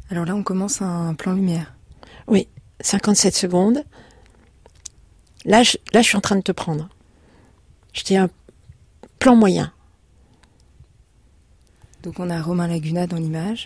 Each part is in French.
Alors là, on commence un plan lumière. Oui, 57 secondes. Là, je suis en train de te prendre. Je dis un plan moyen. Donc on a Romain Laguna dans l'image,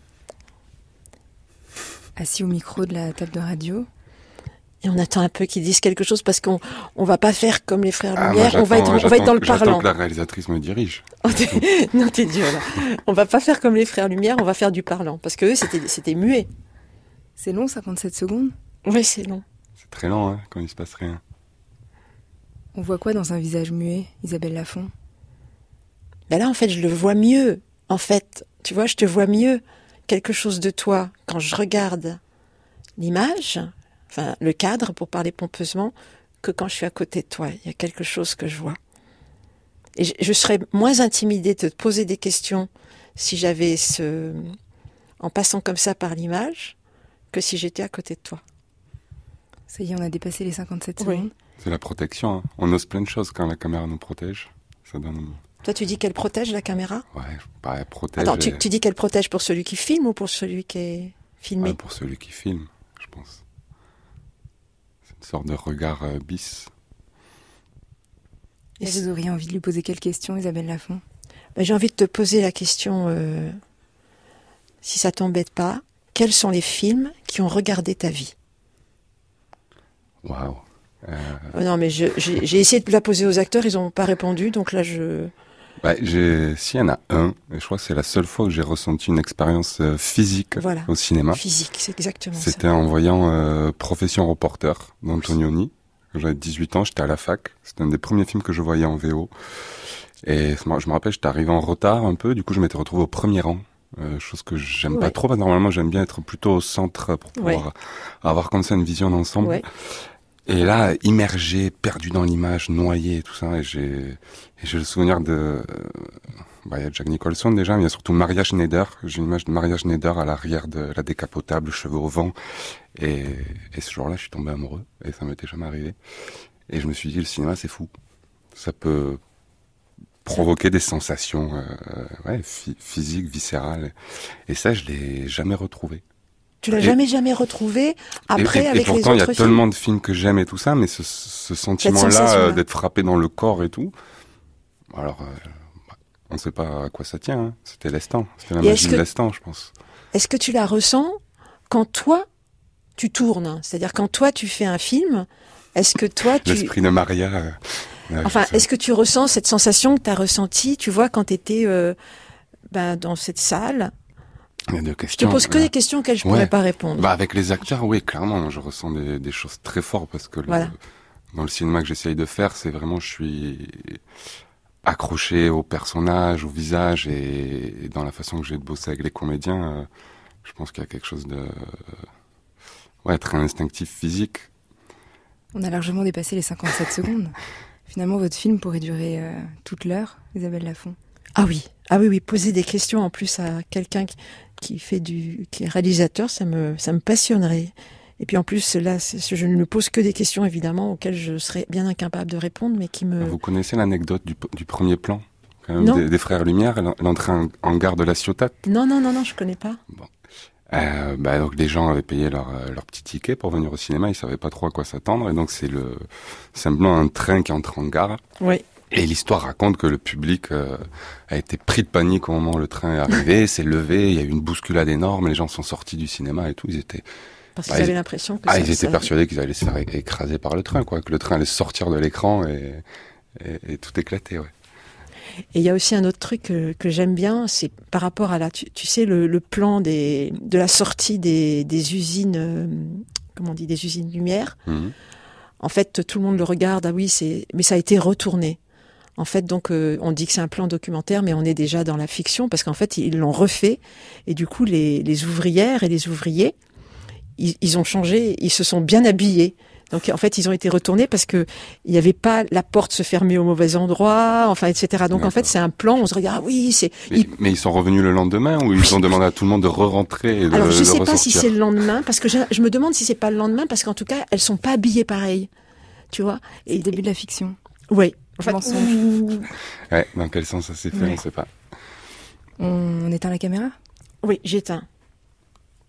assis au micro de la table de radio. Et on attend un peu qu'ils disent quelque chose parce qu'on va pas faire comme les frères Ah, Lumière. moi, On va être dans le j'attends parlant. que la réalisatrice me dirige. Non, t'es dur là. On va pas faire comme les frères Lumière, on va faire du parlant. Parce que eux, c'était muet. C'est long, 57 secondes. Oui, c'est long. C'est très lent, hein, quand il se passe rien. On voit quoi dans un visage muet, Isabelle Lafont? Ben là, en fait, je le vois mieux. En fait, tu vois, je te vois mieux. Quelque chose de toi, quand je regarde l'image, enfin, le cadre, pour parler pompeusement, que quand je suis à côté de toi. Il y a quelque chose que je vois. Et je serais moins intimidée de te poser des questions si j'avais en passant comme ça par l'image, que si j'étais à côté de toi. Ça y est, on a dépassé les 57 Oui. secondes. C'est la protection, hein. On ose plein de choses quand la caméra nous protège. Ça donne... Toi, tu dis qu'elle protège la caméra? Ouais, elle protège... Attends, tu dis qu'elle protège pour celui qui filme ou pour celui qui est filmé? Ouais, pour celui qui filme, je pense. C'est une sorte de regard bis. Et vous auriez envie de lui poser quelle question, Isabelle Lafont? Ben, j'ai envie de te poser la question, si ça t'embête pas, quels sont les films qui ont regardé ta vie? Waouh. Non, mais j'ai essayé de la poser aux acteurs, ils n'ont pas répondu, donc là S'il y en a un, et je crois que c'est la seule fois où j'ai ressenti une expérience physique Voilà. au cinéma. Physique, c'est exactement ça. C'était en voyant Profession reporter d'Antonioni. Quand j'avais 18 ans, j'étais à la fac. C'était un des premiers films que je voyais en VO. Et je me rappelle, j'étais arrivé en retard un peu. Du coup, je m'étais retrouvé au premier rang. Chose que j'aime pas trop. Parce que normalement, j'aime bien être plutôt au centre pour pouvoir avoir comme ça une vision d'ensemble. Ouais. Et là, immergé, perdu dans l'image, noyé et tout ça. Et j'ai le souvenir de... il y a Jack Nicholson déjà, mais il y a surtout Maria Schneider. J'ai une image de Maria Schneider à l'arrière de la décapotable, cheveux au vent. Et ce jour-là, je suis tombé amoureux. Et ça m'était jamais arrivé. Et je me suis dit, le cinéma, c'est fou. Ça peut provoquer des sensations physiques, viscérales. Et ça, je l'ai jamais retrouvé. Tu l'as jamais retrouvé après avec les autres films? Et pourtant, il y a tellement de films que j'aime et tout ça, mais ce sentiment-là d'être frappé dans le corps et tout, alors on ne sait pas à quoi ça tient. Hein. C'était l'instant, c'était la magie de l'instant, je pense. Est-ce que tu la ressens quand toi, tu tournes? C'est-à-dire quand toi, tu fais un film, est-ce que toi, L'esprit de Maria... est-ce que tu ressens cette sensation que tu as ressentie, tu vois, quand tu étais dans cette salle? Je te pose que des questions auxquelles je pourrais pas répondre. Avec les acteurs, oui, clairement, je ressens des choses très fortes parce que dans le cinéma que j'essaye de faire, c'est vraiment, je suis accroché au personnage, au visage et dans la façon que j'ai de bosser avec les comédiens, je pense qu'il y a quelque chose de très instinctif, physique. On a largement dépassé les 57 secondes. Finalement, votre film pourrait durer toute l'heure, Isabelle Lafont. Ah oui, poser des questions en plus à quelqu'un qui est réalisateur, ça me passionnerait. Et puis en plus, là, je ne pose que des questions, évidemment, auxquelles je serais bien incapable de répondre, mais qui me... Vous connaissez l'anecdote du premier plan, quand même, des Frères Lumière, l'entrée en gare de La Ciotat? Non, je connais pas. Bon. Donc les gens avaient payé leur petit ticket pour venir au cinéma, ils savaient pas trop à quoi s'attendre, et donc c'est simplement un train qui entre en gare. Oui. Et l'histoire raconte que le public a été pris de panique au moment où le train est arrivé, s'est levé, il y a eu une bousculade énorme, les gens sont sortis du cinéma et tout, ils étaient... Parce qu'ils avaient l'impression que ils étaient persuadés qu'ils allaient se faire écraser par le train, que le train allait sortir de l'écran et tout éclater, ouais. Et il y a aussi un autre truc que j'aime bien, c'est par rapport à tu sais, le plan de la sortie des usines, des usines lumière. Mmh. En fait, tout le monde le regarde, mais ça a été retourné. En fait, donc, on dit que c'est un plan documentaire, mais on est déjà dans la fiction, parce qu'en fait, ils l'ont refait. Et du coup, les ouvrières et les ouvriers, ils ont changé, ils se sont bien habillés. Donc, en fait, ils ont été retournés parce que il n'y avait pas la porte se fermer au mauvais endroit, etc. Donc, D'accord. En fait, c'est un plan, on se regarde, c'est... Mais ils sont revenus le lendemain ou ils ont demandé à tout le monde de re-rentrer et de Alors, je sais ressortir? pas si c'est le lendemain, parce que je me demande si c'est pas le lendemain, parce qu'en tout cas, elles sont pas habillées pareil. Tu vois? C'est le début de la fiction. Oui. En fait, mensonge. Ouais, dans quel sens ça s'est fait, on ne sait pas. On éteint la caméra? Oui, j'éteins.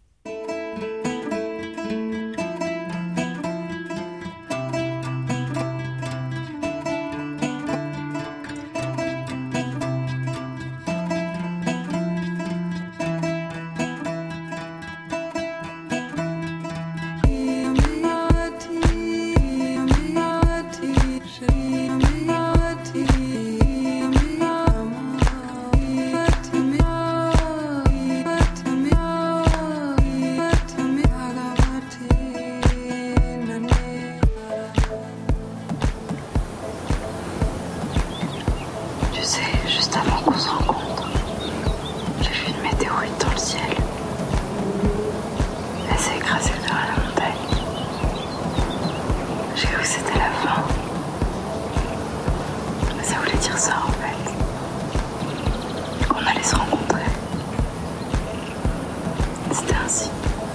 Merci.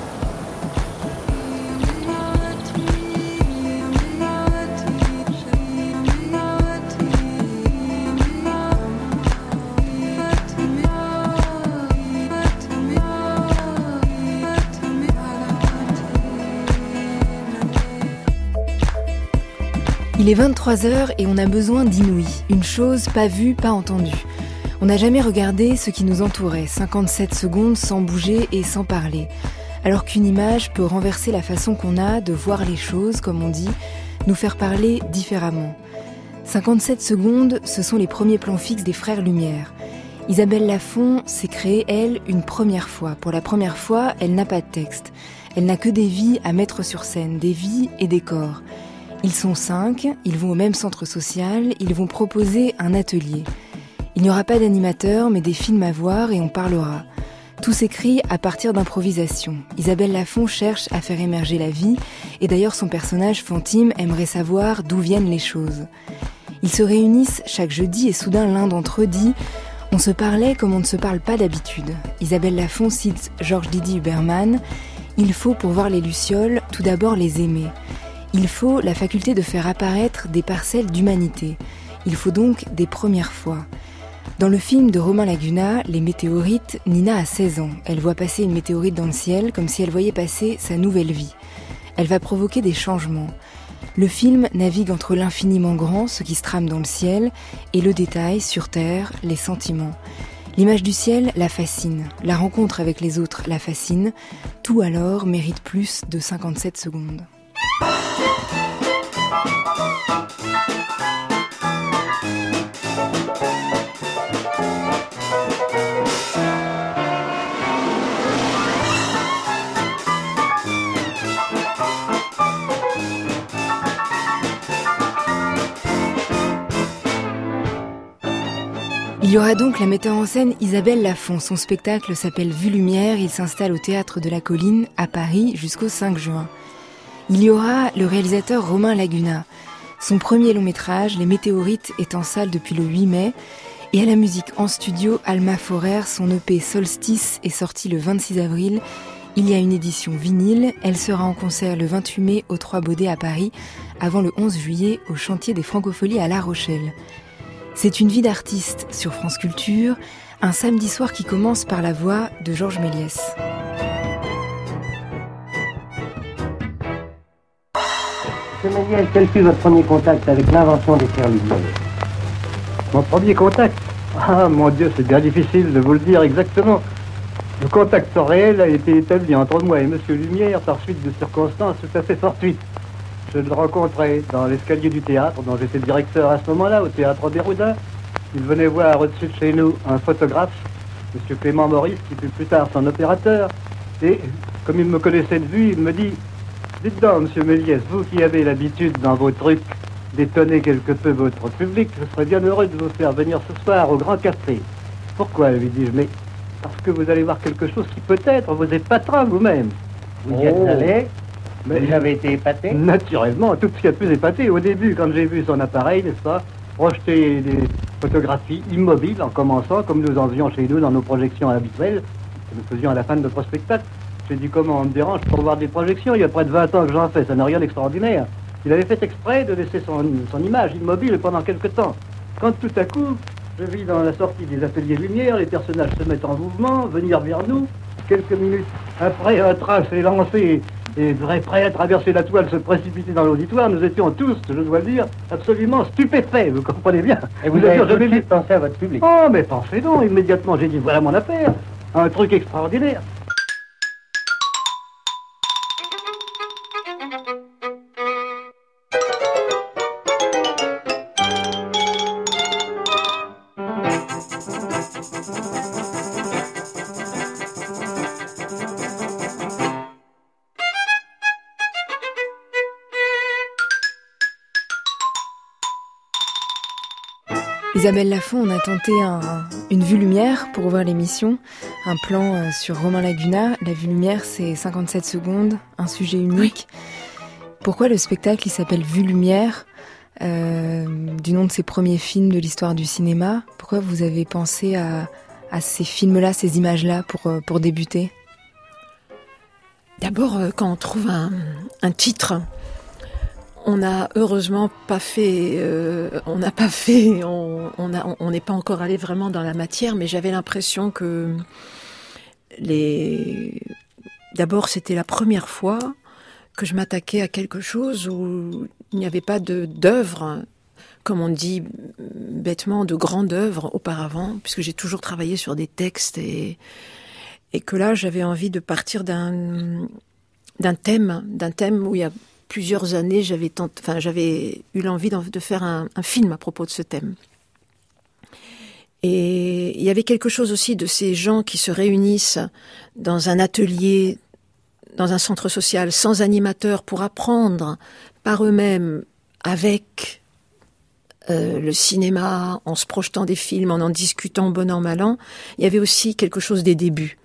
Il est 23h et on a besoin d'inouï, une chose pas vue, pas entendue. On n'a jamais regardé ce qui nous entourait, 57 secondes sans bouger et sans parler. Alors qu'une image peut renverser la façon qu'on a de voir les choses, comme on dit, nous faire parler différemment. 57 secondes, ce sont les premiers plans fixes des Frères Lumière. Isabelle Lafont s'est créée, elle, une première fois. Pour la première fois, elle n'a pas de texte. Elle n'a que des vies à mettre sur scène, des vies et des corps. Ils sont 5, ils vont au même centre social, ils vont proposer un atelier. Il n'y aura pas d'animateur, mais des films à voir et on parlera. Tout s'écrit à partir d'improvisation. Isabelle Lafont cherche à faire émerger la vie, et d'ailleurs son personnage Fantine aimerait savoir d'où viennent les choses. Ils se réunissent chaque jeudi et soudain l'un d'entre eux dit « On se parlait comme on ne se parle pas d'habitude ». Isabelle Lafont cite Georges Didier Huberman « Il faut pour voir les lucioles, tout d'abord les aimer ». Il faut la faculté de faire apparaître des parcelles d'humanité. Il faut donc des premières fois. Dans le film de Romain Laguna, Les météorites, Nina a 16 ans. Elle voit passer une météorite dans le ciel comme si elle voyait passer sa nouvelle vie. Elle va provoquer des changements. Le film navigue entre l'infiniment grand, ce qui se trame dans le ciel, et le détail, sur terre, les sentiments. L'image du ciel la fascine. La rencontre avec les autres la fascine. Tout alors mérite plus de 57 secondes. Il y aura donc la metteur en scène Isabelle Lafont. Son spectacle s'appelle Vue Lumière. Il s'installe au Théâtre de la Colline à Paris jusqu'au 5 juin. Il y aura le réalisateur Romain Laguna. Son premier long métrage, Les météorites, est en salle depuis le 8 mai. Et à la musique en studio, Alma Forer, son EP Solstice est sorti le 26 avril. Il y a une édition vinyle. Elle sera en concert le 28 mai au 3 Baudets à Paris, avant le 11 juillet au chantier des Francopholies à La Rochelle. C'est une vie d'artiste sur France Culture, un samedi soir qui commence par la voix de Georges Méliès. Monsieur Méliès, quel fut votre premier contact avec l'invention des Frères Lumière? Mon premier contact? Ah, mon Dieu, c'est bien difficile de vous le dire exactement. Le contact réel a été établi entre moi et Monsieur Lumière par suite de circonstances tout à fait fortuites. Je le rencontrais dans l'escalier du théâtre, dont j'étais directeur à ce moment-là, au théâtre Robert Houdin. Il venait voir au-dessus de chez nous un photographe, Monsieur Clément Maurice, qui fut plus tard son opérateur. Et comme il me connaissait de vue, il me dit: dites donc, Monsieur Méliès, vous qui avez l'habitude dans vos trucs d'étonner quelque peu votre public, je serais bien heureux de vous faire venir ce soir au Grand Café. Pourquoi, lui dis-je? Mais parce que vous allez voir quelque chose qui peut-être vous épatera vous-même. Vous y êtes allé? Vous avez été épaté? Naturellement, tout ce qui a pu épater. Au début, quand j'ai vu son appareil, n'est-ce pas, projeter des photographies immobiles en commençant, comme nous en faisions chez nous dans nos projections habituelles, que nous faisions à la fin de notre spectacle. J'ai dit: comment on me dérange pour voir des projections? Il y a près de 20 ans que j'en fais, ça n'a rien d'extraordinaire. Il avait fait exprès de laisser son image immobile pendant quelque temps. Quand tout à coup, je vis dans la sortie des ateliers lumière, les personnages se mettent en mouvement, venir vers nous. Quelques minutes après, un train s'est lancé et prêt à traverser la toile, se précipiter dans l'auditoire. Nous étions tous, je dois le dire, absolument stupéfaits, vous comprenez bien. Et vous avez tout de suite pensé à votre public? Oh, mais pensez donc, immédiatement, j'ai dit: voilà mon affaire, un truc extraordinaire. Isabelle Lafont, on a tenté une vue lumière pour ouvrir l'émission, un plan sur Romain Laguna. La vue lumière, c'est 57 secondes, un sujet unique. Oui. Pourquoi le spectacle, il s'appelle Vue lumière, du nom de ses premiers films de l'histoire du cinéma? Pourquoi vous avez pensé à ces films-là, ces images-là pour débuter? D'abord, quand on trouve un titre, on n'a heureusement pas fait, on n'est pas encore allé vraiment dans la matière, mais j'avais l'impression que d'abord c'était la première fois que je m'attaquais à quelque chose où il n'y avait pas d'œuvre, comme on dit bêtement, de grande œuvre auparavant, puisque j'ai toujours travaillé sur des textes et que là j'avais envie de partir d'un thème où il y a plusieurs années, j'avais eu l'envie de faire un film à propos de ce thème. Et il y avait quelque chose aussi de ces gens qui se réunissent dans un atelier, dans un centre social, sans animateur, pour apprendre par eux-mêmes, avec le cinéma, en se projetant des films, en discutant bon an, mal an. Il y avait aussi quelque chose des débuts.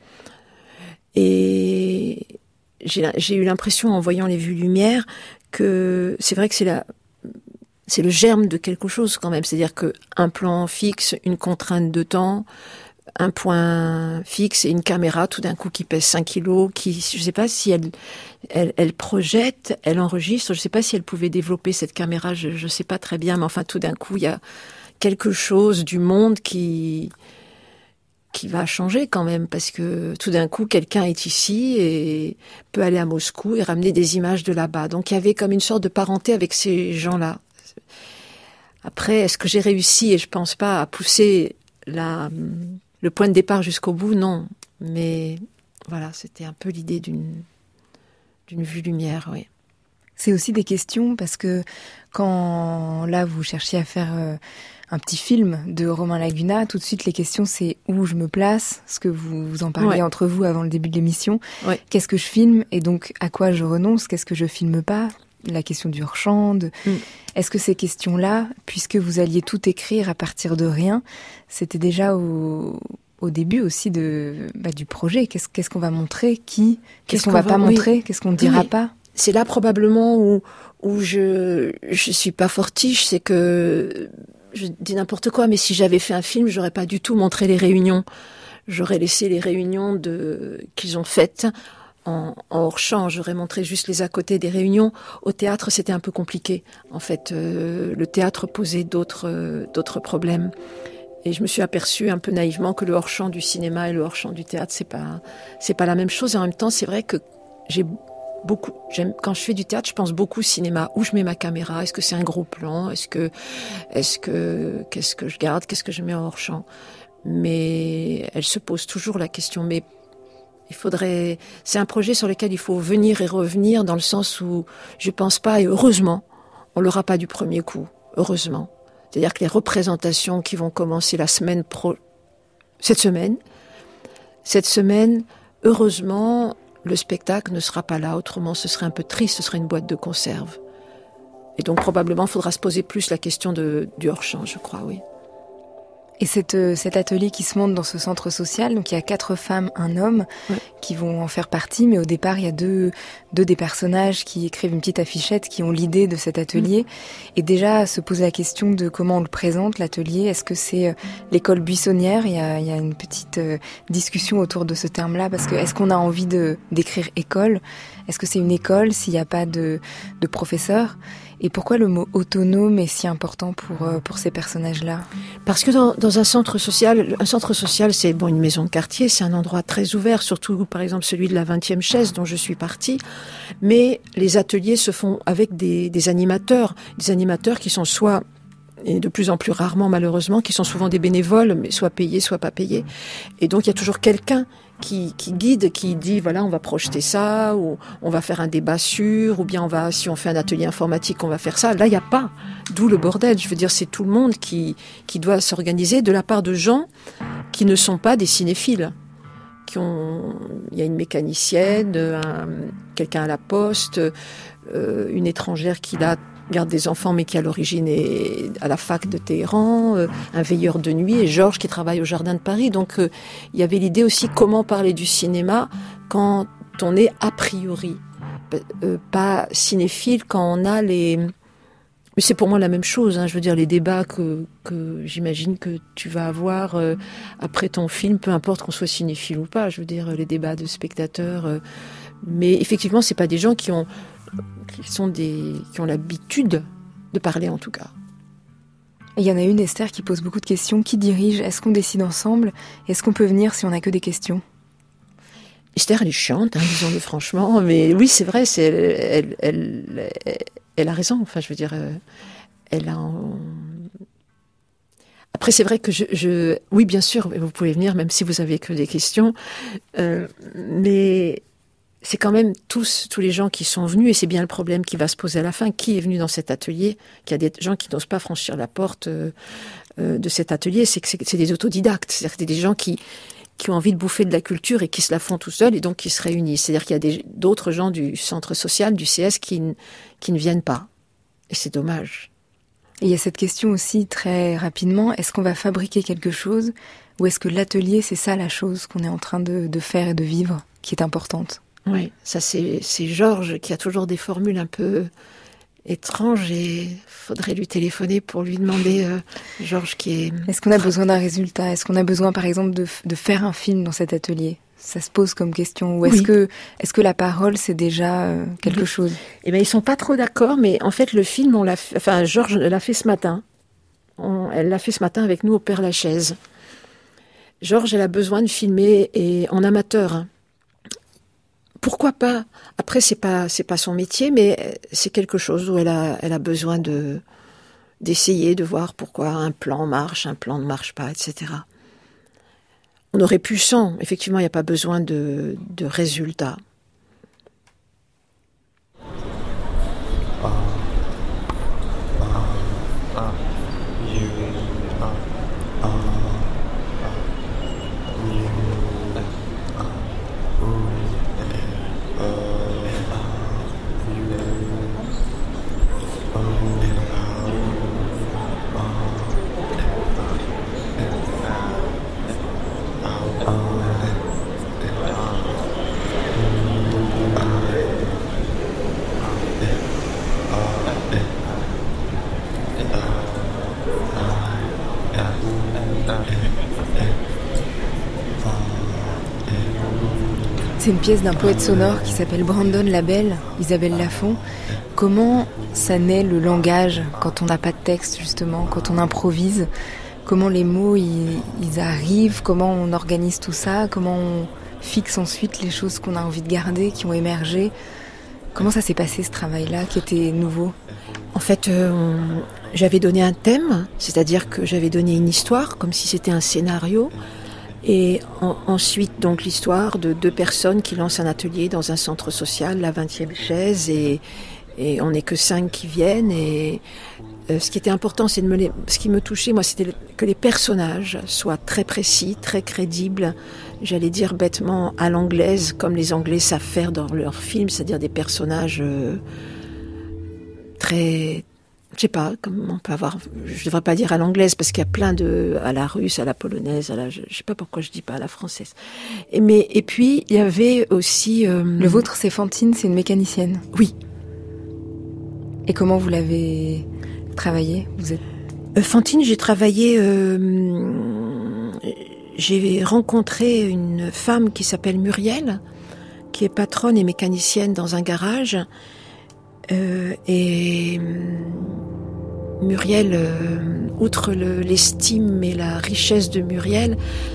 Et j'ai eu l'impression, en voyant Les Vues Lumière, que c'est vrai que c'est le germe de quelque chose quand même. C'est-à-dire qu'un plan fixe, une contrainte de temps, un point fixe et une caméra tout d'un coup qui pèse 5 kilos, je ne sais pas si elle projette, elle enregistre, je ne sais pas si elle pouvait développer cette caméra, je ne sais pas très bien, mais enfin tout d'un coup il y a quelque chose du monde qui va changer quand même, parce que tout d'un coup, quelqu'un est ici et peut aller à Moscou et ramener des images de là-bas. Donc il y avait comme une sorte de parenté avec ces gens-là. Après, est-ce que j'ai réussi, et je pense pas, à pousser le point de départ jusqu'au bout? Non. Mais voilà, c'était un peu l'idée d'une vue lumière, oui. C'est aussi des questions, parce que quand là vous cherchiez à faire un petit film de Romain Laguna, tout de suite les questions c'est où je me place, ce que vous en parliez entre vous avant le début de l'émission. Ouais. Qu'est-ce que je filme et donc à quoi je renonce, qu'est-ce que je filme pas, la question du hors-champ. Est-ce que ces questions-là, puisque vous alliez tout écrire à partir de rien, c'était déjà au début aussi du projet? Qu'est-ce qu'on va montrer, qu'est-ce qu'on va pas montrer, qu'est-ce qu'on ne dira pas? C'est là probablement où je suis pas fortiche, c'est que je dis n'importe quoi, mais si j'avais fait un film, j'aurais pas du tout montré les réunions. J'aurais laissé les réunions qu'ils ont faites en hors-champ. J'aurais montré juste les à côté des réunions. Au théâtre, c'était un peu compliqué. En fait, le théâtre posait d'autres problèmes. Et je me suis aperçue un peu naïvement que le hors-champ du cinéma et le hors-champ du théâtre, c'est pas la même chose. Et en même temps, c'est vrai que quand je fais du théâtre, je pense beaucoup au cinéma. Où je mets ma caméra? Est-ce que c'est un gros plan? Qu'est-ce que je garde? Qu'est-ce que je mets en hors-champ? Mais elle se pose toujours la question. Mais c'est un projet sur lequel il faut venir et revenir, dans le sens où je pense pas, et heureusement, on l'aura pas du premier coup. Heureusement. C'est-à-dire que les représentations qui vont commencer cette semaine, heureusement, le spectacle ne sera pas là, autrement ce serait un peu triste, ce serait une boîte de conserve. Et donc probablement il faudra se poser plus la question du hors-champ, je crois, oui. Et cet atelier qui se monte dans ce centre social, donc il y a 4 femmes, un homme, qui vont en faire partie, mais au départ il y a deux des personnages qui écrivent une petite affichette, qui ont l'idée de cet atelier. Et déjà se pose la question de comment on le présente, l'atelier. Est-ce que c'est l'école buissonnière? Il y a une petite discussion autour de ce terme-là, parce que est-ce qu'on a envie d'écrire école? Est-ce que c'est une école s'il n'y a pas de professeur? Et pourquoi le mot autonome est si important pour ces personnages-là? Parce que dans un centre social, c'est une maison de quartier, c'est un endroit très ouvert, surtout par exemple celui de la 20e chaise dont je suis partie. Mais les ateliers se font avec des animateurs qui sont soit, et de plus en plus rarement malheureusement, qui sont souvent des bénévoles, mais soit payés, soit pas payés. Et donc il y a toujours quelqu'un qui guide, qui dit voilà, on va projeter ça, ou on va faire un débat sur, ou bien si on fait un atelier informatique, on va faire ça. Là, il n'y a pas. D'où le bordel. Je veux dire, c'est tout le monde qui doit s'organiser de la part de gens qui ne sont pas des cinéphiles. Il y a une mécanicienne, quelqu'un à la poste, une étrangère qui garde des enfants mais qui à l'origine est à la fac de Téhéran, un veilleur de nuit, et Georges qui travaille au Jardin de Paris. Donc il y avait l'idée aussi comment parler du cinéma quand on est a priori pas cinéphile, quand on a Mais c'est pour moi la même chose, hein. Je veux dire, les débats que j'imagine que tu vas avoir après ton film, peu importe qu'on soit cinéphile ou pas, je veux dire, les débats de spectateurs. Mais effectivement, c'est pas des gens qui ont l'habitude de parler, en tout cas. Il y en a une, Esther, qui pose beaucoup de questions. Qui dirige? Est-ce qu'on décide ensemble? Est-ce qu'on peut venir si on n'a que des questions? Esther, elle est chiante, hein, disons-le franchement. Mais oui, c'est vrai, elle a raison. Enfin, je veux dire, Après, c'est vrai que oui, bien sûr, vous pouvez venir, même si vous avez que des questions. Mais c'est quand même tous les gens qui sont venus, et c'est bien le problème qui va se poser à la fin. Qui est venu dans cet atelier? Qu'il y a des gens qui n'osent pas franchir la porte de cet atelier, c'est que c'est des autodidactes. C'est-à-dire que c'est des gens qui ont envie de bouffer de la culture et qui se la font tout seuls et donc qui se réunissent. C'est-à-dire qu'il y a d'autres gens du centre social, du CS, qui ne viennent pas. Et c'est dommage. Et il y a cette question aussi, très rapidement, est-ce qu'on va fabriquer quelque chose ou est-ce que l'atelier, c'est ça la chose qu'on est en train de faire et de vivre, qui est importante? Oui, ça c'est Georges qui a toujours des formules un peu étranges et faudrait lui téléphoner pour lui demander, Georges qui est... Est-ce qu'on a besoin d'un résultat? Est-ce qu'on a besoin par exemple de faire un film dans cet atelier? Ça se pose comme question. Ou est-ce que la parole c'est déjà quelque chose? Eh bien, ils sont pas trop d'accord, mais en fait le film, Georges l'a fait ce matin. Elle l'a fait ce matin avec nous au Père-Lachaise. Georges, elle a besoin de filmer et en amateur. Hein. Pourquoi pas? Après, c'est pas son métier, mais c'est quelque chose où elle a besoin d'essayer, de voir pourquoi un plan marche, un plan ne marche pas, etc. On aurait pu sans. Effectivement, il n'y a pas besoin de résultats. C'est une pièce d'un poète sonore qui s'appelle Brandon Labelle, Isabelle Lafont. Comment ça naît le langage quand on n'a pas de texte, justement, quand on improvise? Comment les mots ils arrivent? Comment on organise tout ça? Comment on fixe ensuite les choses qu'on a envie de garder, qui ont émergé? Comment ça s'est passé ce travail-là qui était nouveau? En fait, j'avais donné un thème, c'est-à-dire que j'avais donné une histoire, comme si c'était un scénario. Et ensuite, donc, l'histoire de 2 personnes qui lancent un atelier dans un centre social, la 20e chaise, et on n'est que 5 qui viennent. Et ce qui était important, ce qui me touchait, moi, c'était que les personnages soient très précis, très crédibles, j'allais dire bêtement à l'anglaise, comme les Anglais savent faire dans leurs films, c'est-à-dire des personnages très... Je sais pas, comme on peut avoir, je devrais pas dire à l'anglaise parce qu'il y a plein à la russe, à la polonaise, je sais pas pourquoi je dis pas à la française. Et puis il y avait aussi le vôtre, c'est Fantine, c'est une mécanicienne. Oui. Et comment vous l'avez travaillé? Fantine, j'ai travaillé. J'ai rencontré une femme qui s'appelle Muriel, qui est patronne et mécanicienne dans un garage. Et Muriel, outre l'estime et la richesse de Muriel,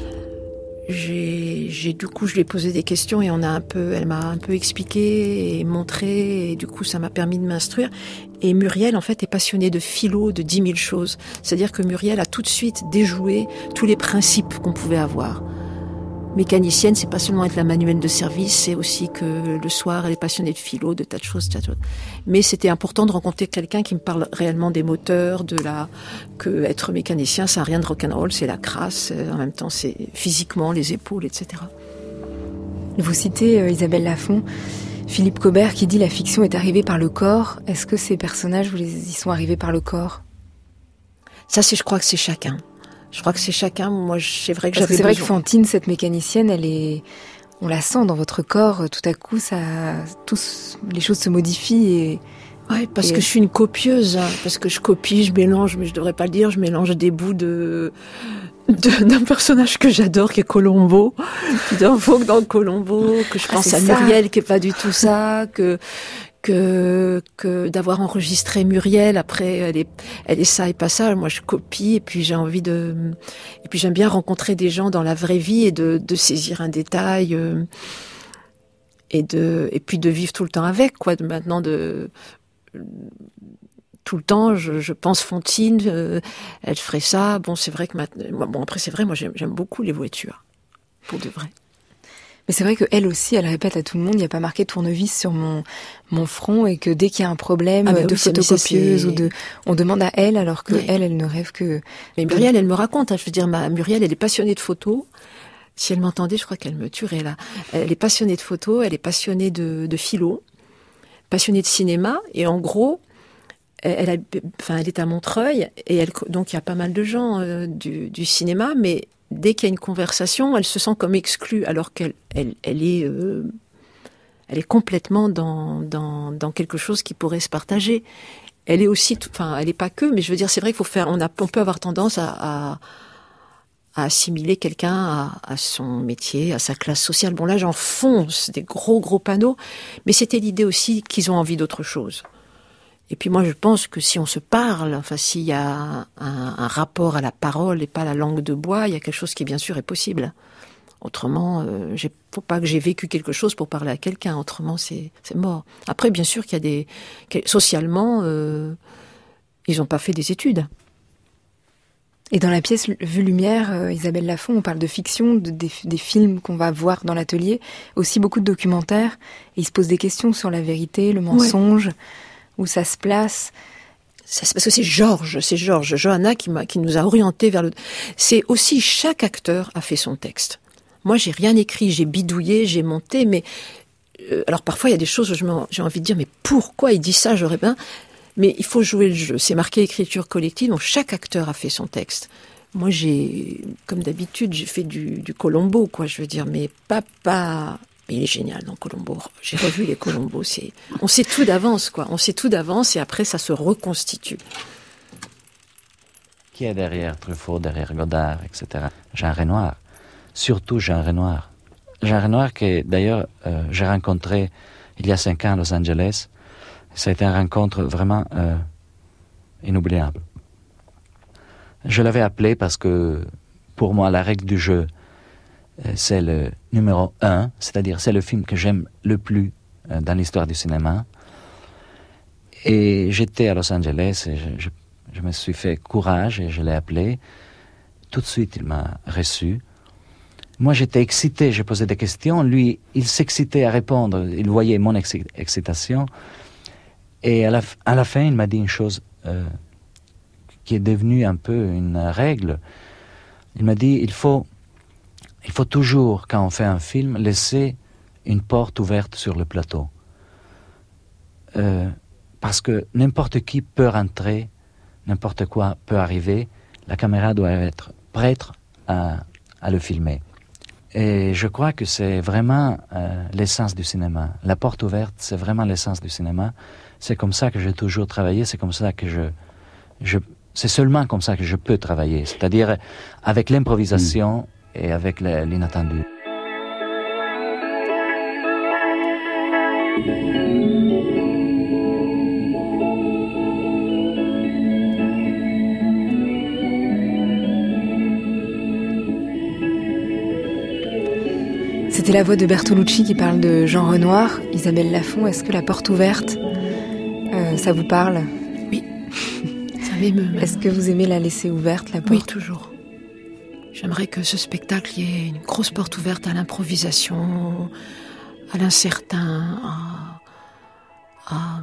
du coup, je lui ai posé des questions et elle m'a un peu expliqué et montré, et du coup, ça m'a permis de m'instruire. Et Muriel, en fait, est passionnée de philo, de 10 000 choses. C'est-à-dire que Muriel a tout de suite déjoué tous les principes qu'on pouvait avoir. Mécanicienne, c'est pas seulement être la manuelle de service, c'est aussi que le soir, elle est passionnée de philo, de tas de choses. Mais c'était important de rencontrer quelqu'un qui me parle réellement des moteurs, que être mécanicien, ça n'a rien de rock'n'roll, c'est la crasse, en même temps, c'est physiquement, les épaules, etc. Vous citez Isabelle Lafont, Philippe Cobert qui dit « La fiction est arrivée par le corps ». Est-ce que ces personnages, y sont arrivés par le corps? Ça, je crois que c'est chacun. Je crois que c'est chacun. Moi, c'est vrai que j'avais besoin. C'est vrai que Fantine, cette mécanicienne, on la sent dans votre corps. Tout à coup, les choses se modifient et Ouais, parce que je suis une copieuse, parce que je copie, je mélange, mais je devrais pas le dire, je mélange des bouts d'un personnage que j'adore, qui est Colombo. Puis d'un Vogue dans Colombo, que je pense à Muriel, qui est pas du tout ça, que d'avoir enregistré Muriel, après elle est ça et pas ça, moi je copie, et puis j'aime bien rencontrer des gens dans la vraie vie et de saisir un détail, et puis de vivre tout le temps avec, quoi, tout le temps, je pense Fantine, elle ferait ça. Bon, c'est vrai que maintenant, après c'est vrai, moi j'aime beaucoup les voitures, pour de vrai. Mais c'est vrai qu'elle aussi, elle répète à tout le monde, il n'y a pas marqué tournevis sur mon front, et que dès qu'il y a un problème de photocopieuse on demande à elle, alors que elle ne rêve que... Mais Muriel, elle me raconte, je veux dire, Muriel, elle est passionnée de photos. Si elle m'entendait, je crois qu'elle me tuerait là. Elle est passionnée de photos, elle est passionnée de philo, passionnée de cinéma, et en gros, elle est à Montreuil, et donc il y a pas mal de gens du cinéma, mais dès qu'il y a une conversation, elle se sent comme exclue, alors qu'elle est complètement dans quelque chose qui pourrait se partager. Elle est aussi, elle est pas que, mais je veux dire, c'est vrai qu'il on peut avoir tendance à assimiler quelqu'un à son métier, à sa classe sociale. Bon, là, j'enfonce des gros panneaux, mais c'était l'idée aussi qu'ils ont envie d'autre chose. Et puis moi, je pense que si on se parle, s'il y a un rapport à la parole et pas à la langue de bois, il y a quelque chose qui, bien sûr, est possible. Autrement, faut pas que j'ai vécu quelque chose pour parler à quelqu'un. Autrement, c'est mort. Après, bien sûr qu'il y a socialement, ils n'ont pas fait des études. Et dans la pièce Vue Lumière, Isabelle Lafont, on parle de fiction, des films qu'on va voir dans l'atelier, aussi beaucoup de documentaires. Et il se pose des questions sur la vérité, le mensonge, où ça se place. Parce que c'est Johanna qui nous a orientés vers c'est aussi, chaque acteur a fait son texte. Moi, j'ai rien écrit, j'ai bidouillé, j'ai monté, mais alors parfois il y a des choses où j'ai envie de dire, mais pourquoi il dit ça, j'aurais bien. Mais il faut jouer le jeu. C'est marqué écriture collective, donc chaque acteur a fait son texte. Moi, comme d'habitude, j'ai fait du Colombo, quoi. Je veux dire, mais papa, il est génial dans Colombo. J'ai revu les Colombo. On sait tout d'avance, quoi. On sait tout d'avance, et après, ça se reconstitue. Qui est derrière Truffaut, derrière Godard, etc. Jean Renoir. Surtout Jean Renoir. Jean Renoir que, d'ailleurs, j'ai rencontré il y a 5 ans à Los Angeles. Ça a été une rencontre vraiment inoubliable. Je l'avais appelé parce que, pour moi, la règle du jeu, c'est le numéro 1, c'est-à-dire c'est le film que j'aime le plus dans l'histoire du cinéma. Et j'étais à Los Angeles et je me suis fait courage et je l'ai appelé. Tout de suite, il m'a reçu. Moi, j'étais excité, je posais des questions. Lui, il s'excitait à répondre. Il voyait mon excitation. Et à la fin, il m'a dit une chose qui est devenue un peu une règle. Il m'a dit, il faut toujours, quand on fait un film, laisser une porte ouverte sur le plateau. Parce que n'importe qui peut rentrer, n'importe quoi peut arriver, la caméra doit être prête à le filmer. Et je crois que c'est vraiment l'essence du cinéma. La porte ouverte, c'est vraiment l'essence du cinéma. C'est comme ça que j'ai toujours travaillé, c'est comme ça que c'est seulement comme ça que je peux travailler, c'est-à-dire avec l'improvisation et avec l'inattendu. C'était la voix de Bertolucci qui parle de Jean Renoir. Isabelle Lafont, est-ce que la porte ouverte, ça vous parle ? Oui, ça m'émeut même. Est-ce que vous aimez la laisser ouverte, la porte ? Oui, toujours. J'aimerais que ce spectacle y ait une grosse porte ouverte à l'improvisation, à l'incertain, à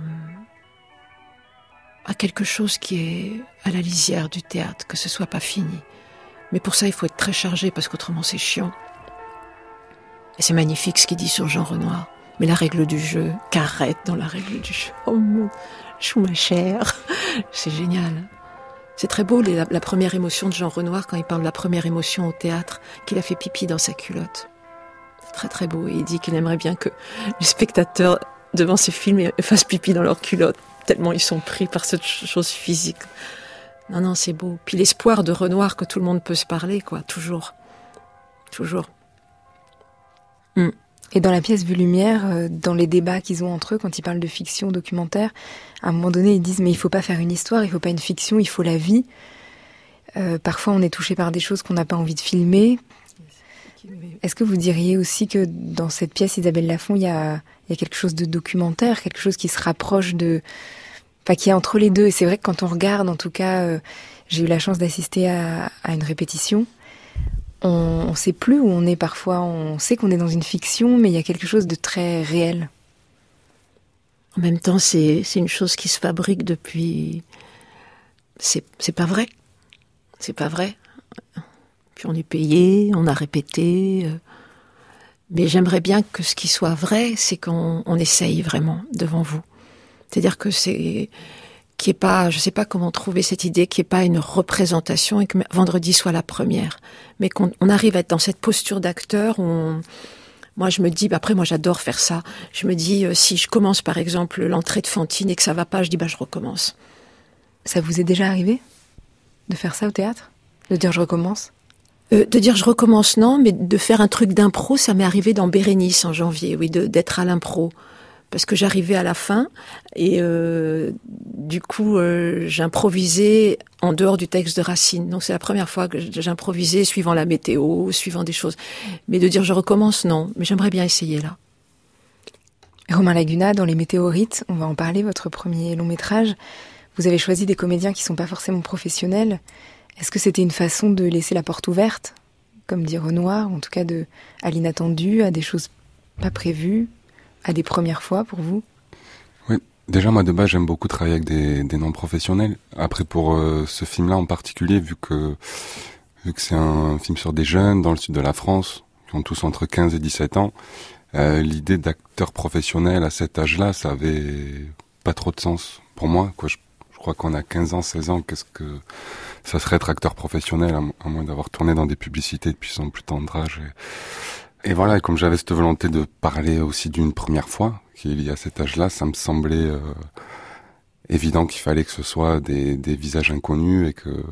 quelque chose qui est à la lisière du théâtre, que ce soit pas fini. Mais pour ça, il faut être très chargé, parce qu'autrement c'est chiant. Et c'est magnifique ce qu'il dit sur Jean Renoir. Mais la règle du jeu, qu'arrête dans la règle du jeu. Oh mon Schumacher, c'est génial. C'est très beau, la première émotion de Jean Renoir, quand il parle de la première émotion au théâtre, qu'il a fait pipi dans sa culotte. C'est très très beau. Et il dit qu'il aimerait bien que les spectateurs, devant ces films, fassent pipi dans leur culotte. tellement ils sont pris par cette chose physique. Non, c'est beau. Puis l'espoir de Renoir que tout le monde peut se parler, quoi, toujours. Et dans la pièce Vue Lumière, dans les débats qu'ils ont entre eux, quand ils parlent de fiction, documentaire, à un moment donné, ils disent « mais il faut pas faire une histoire, il faut pas une fiction, il faut la vie ». Parfois, on est touché par des choses qu'on n'a pas envie de filmer. Est-ce que vous diriez aussi que dans cette pièce, Isabelle Lafont, il y a quelque chose de documentaire, quelque chose qui se rapproche de... Enfin, qui est entre les deux. Et c'est vrai que quand on regarde, en tout cas, j'ai eu la chance d'assister à une répétition. On sait plus où on est parfois. On sait qu'on est dans une fiction, mais il y a quelque chose de très réel. En même temps, c'est une chose qui se fabrique depuis... C'est pas vrai. C'est pas vrai. Puis on est payé, on a répété. Mais j'aimerais bien que ce qui soit vrai, c'est qu'on essaye vraiment devant vous. C'est-à-dire que qu'il n'y ait pas, je ne sais pas comment trouver cette idée, qu'il n'y ait pas une représentation et que vendredi soit la première. Mais qu'on arrive à être dans cette posture d'acteur où moi je me dis, après moi j'adore faire ça, je me dis si je commence par exemple l'entrée de Fantine et que ça va pas, je dis je recommence. Ça vous est déjà arrivé de faire ça au théâtre ? De dire je recommence ? De dire je recommence non, mais de faire un truc d'impro, ça m'est arrivé dans Bérénice en janvier, oui, d'être à l'impro. Parce que j'arrivais à la fin et du coup j'improvisais en dehors du texte de Racine. Donc c'est la première fois que j'improvisais suivant la météo, suivant des choses. Mais de dire je recommence, non. Mais j'aimerais bien essayer là. Romain Laguna, dans Les Météorites, on va en parler, votre premier long métrage. Vous avez choisi des comédiens qui ne sont pas forcément professionnels. Est-ce que c'était une façon de laisser la porte ouverte, comme dit Renoir, en tout cas à l'inattendu, à des choses pas prévues, à des premières fois pour vous ? Oui, déjà moi de base j'aime beaucoup travailler avec des non-professionnels. Après pour ce film-là en particulier, vu que c'est un film sur des jeunes dans le sud de la France, qui ont tous entre 15 et 17 ans, l'idée d'acteur professionnel à cet âge-là, ça avait pas trop de sens pour moi, quoi. Je crois qu'on a 15 ans, 16 ans, qu'est-ce que ça serait être acteur professionnel, à moins d'avoir tourné dans des publicités depuis son plus tendre âge. Et voilà, et comme j'avais cette volonté de parler aussi d'une première fois, qui est liée à cet âge-là, ça me semblait évident qu'il fallait que ce soit des visages inconnus et que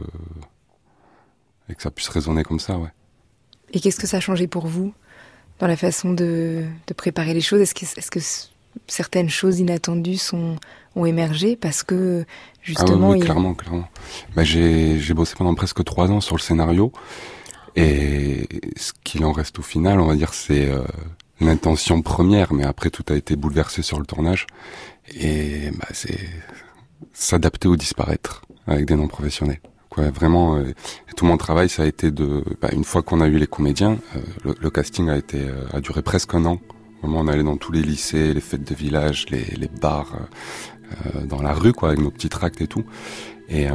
ça puisse résonner comme ça, ouais. Et qu'est-ce que ça a changé pour vous dans la façon de préparer les choses ? Est-ce que certaines choses inattendues ont émergé parce que justement... Ah oui, clairement. J'ai bossé pendant presque 3 ans sur le scénario. Et ce qu'il en reste au final, on va dire, c'est l'intention première, mais après tout a été bouleversé sur le tournage. Et c'est s'adapter ou disparaître avec des non-professionnels. Quoi, vraiment, tout mon travail, ça a été une fois qu'on a eu les comédiens, le casting a duré presque 1 an. Vraiment, on allait dans tous les lycées, les fêtes de village, les bars, dans la rue, quoi, avec nos petits tracts et tout. Et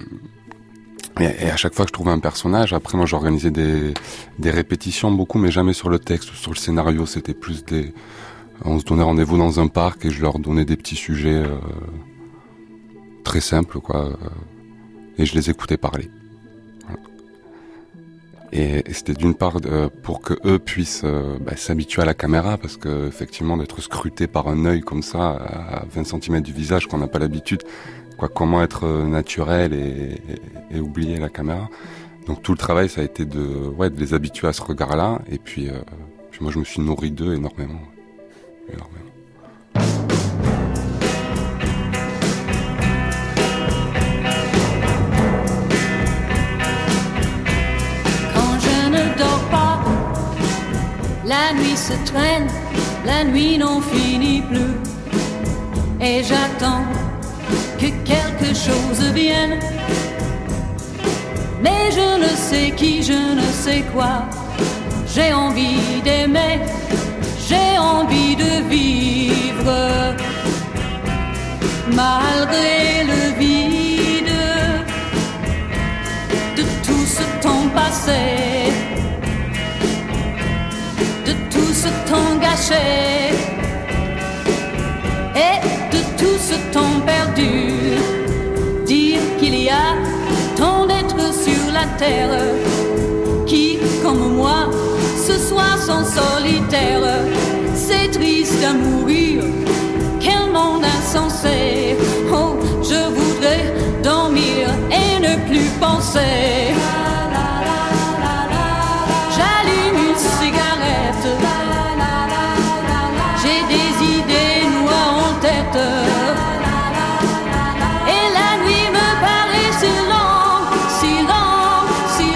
à chaque fois que je trouvais un personnage, après moi j'organisais des répétitions beaucoup, mais jamais sur le texte ou sur le scénario. C'était plus on se donnait rendez-vous dans un parc et je leur donnais des petits sujets très simples, quoi, et je les écoutais parler. Voilà. Et c'était d'une part pour que eux puissent s'habituer à la caméra, parce que effectivement d'être scruté par un œil comme ça à 20 cm du visage qu'on n'a pas l'habitude. Comment être naturel et oublier la caméra. Donc tout le travail, ça a été de les habituer à ce regard-là. Et puis moi, je me suis nourri d'eux énormément. Quand je ne dors pas, la nuit se traîne, la nuit n'en finit plus. Et j'attends que quelque chose vienne, mais je ne sais qui, je ne sais quoi. J'ai envie d'aimer, j'ai envie de vivre, malgré le vide de tout ce temps passé, de tout ce temps gâché et de tout ce temps perdu. Dire qu'il y a tant d'êtres sur la terre qui, comme moi, ce soir sont solitaires. C'est triste à mourir, quel monde insensé. Oh, pensée. J'allume une cigarette, j'ai des idées noires en tête. Et la nuit me paraît si longue, si longue, si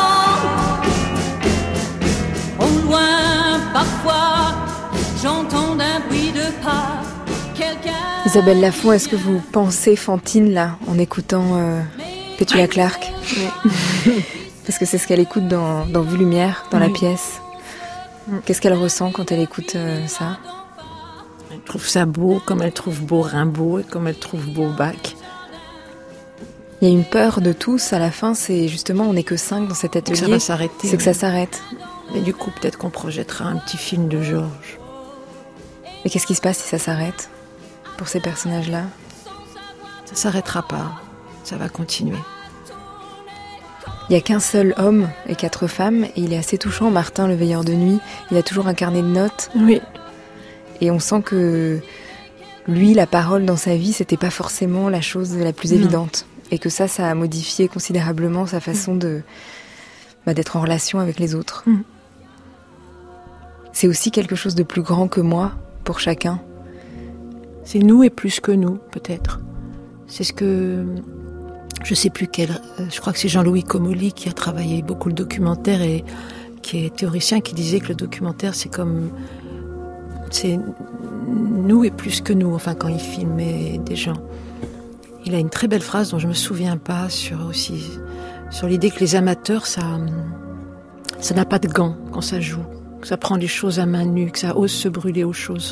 longue. Au loin, parfois, j'entends un bruit de pas. Isabelle Lafont, est-ce que vous pensez Fantine là en écoutant Petula Clark? Oui. Parce que c'est ce qu'elle écoute dans Vue Lumière, dans la pièce. Qu'est-ce qu'elle ressent quand elle écoute ça? Elle trouve ça beau, comme elle trouve beau Rimbaud et comme elle trouve beau Bach. Il y a une peur de tous à la fin, c'est justement on n'est que 5 dans cet atelier. Ça va s'arrêter. C'est que ça s'arrête. Mais du coup, peut-être qu'on projettera un petit film de Georges. Et qu'est-ce qui se passe si ça s'arrête pour ces personnages-là? Ça s'arrêtera pas. Ça va continuer. Il n'y a qu'un seul homme et 4 femmes, et il est assez touchant, Martin, le veilleur de nuit. Il a toujours un carnet de notes. Oui. Et on sent que lui, la parole dans sa vie, c'était pas forcément la chose la plus évidente. Et que ça a modifié considérablement sa façon d'être en relation avec les autres. C'est aussi quelque chose de plus grand que moi, pour chacun. C'est nous et plus que nous, peut-être. C'est ce que... Je sais plus quel... Je crois que c'est Jean-Louis Comolli qui a travaillé beaucoup le documentaire et qui est théoricien, qui disait que le documentaire, c'est comme... C'est nous et plus que nous, enfin, quand il filmait des gens. Il a une très belle phrase dont je me souviens pas sur l'idée que les amateurs, ça n'a pas de gants quand ça joue, que ça prend les choses à main nue, que ça ose se brûler aux choses.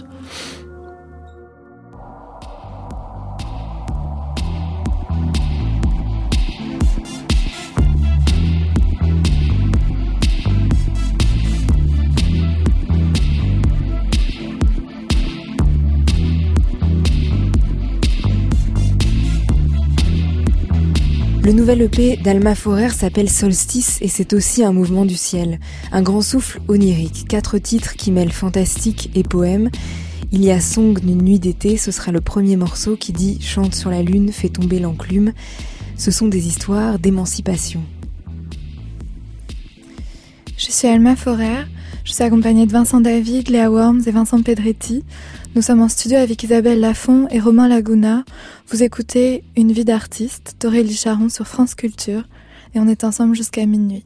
Le nouvel EP d'Alma Forer s'appelle Solstice et c'est aussi un mouvement du ciel. Un grand souffle onirique, 4 titres qui mêlent fantastique et poème. Il y a Song d'une nuit d'été, ce sera le premier morceau qui dit « Chante sur la lune, fait tomber l'enclume ». Ce sont des histoires d'émancipation. Je suis Alma Forer, je suis accompagnée de Vincent David, Léa Worms et Vincent Pedretti. Nous sommes en studio avec Isabelle Lafont et Romain Laguna. Vous écoutez Une vie d'artiste d'Aurélie Charon sur France Culture et on est ensemble jusqu'à minuit.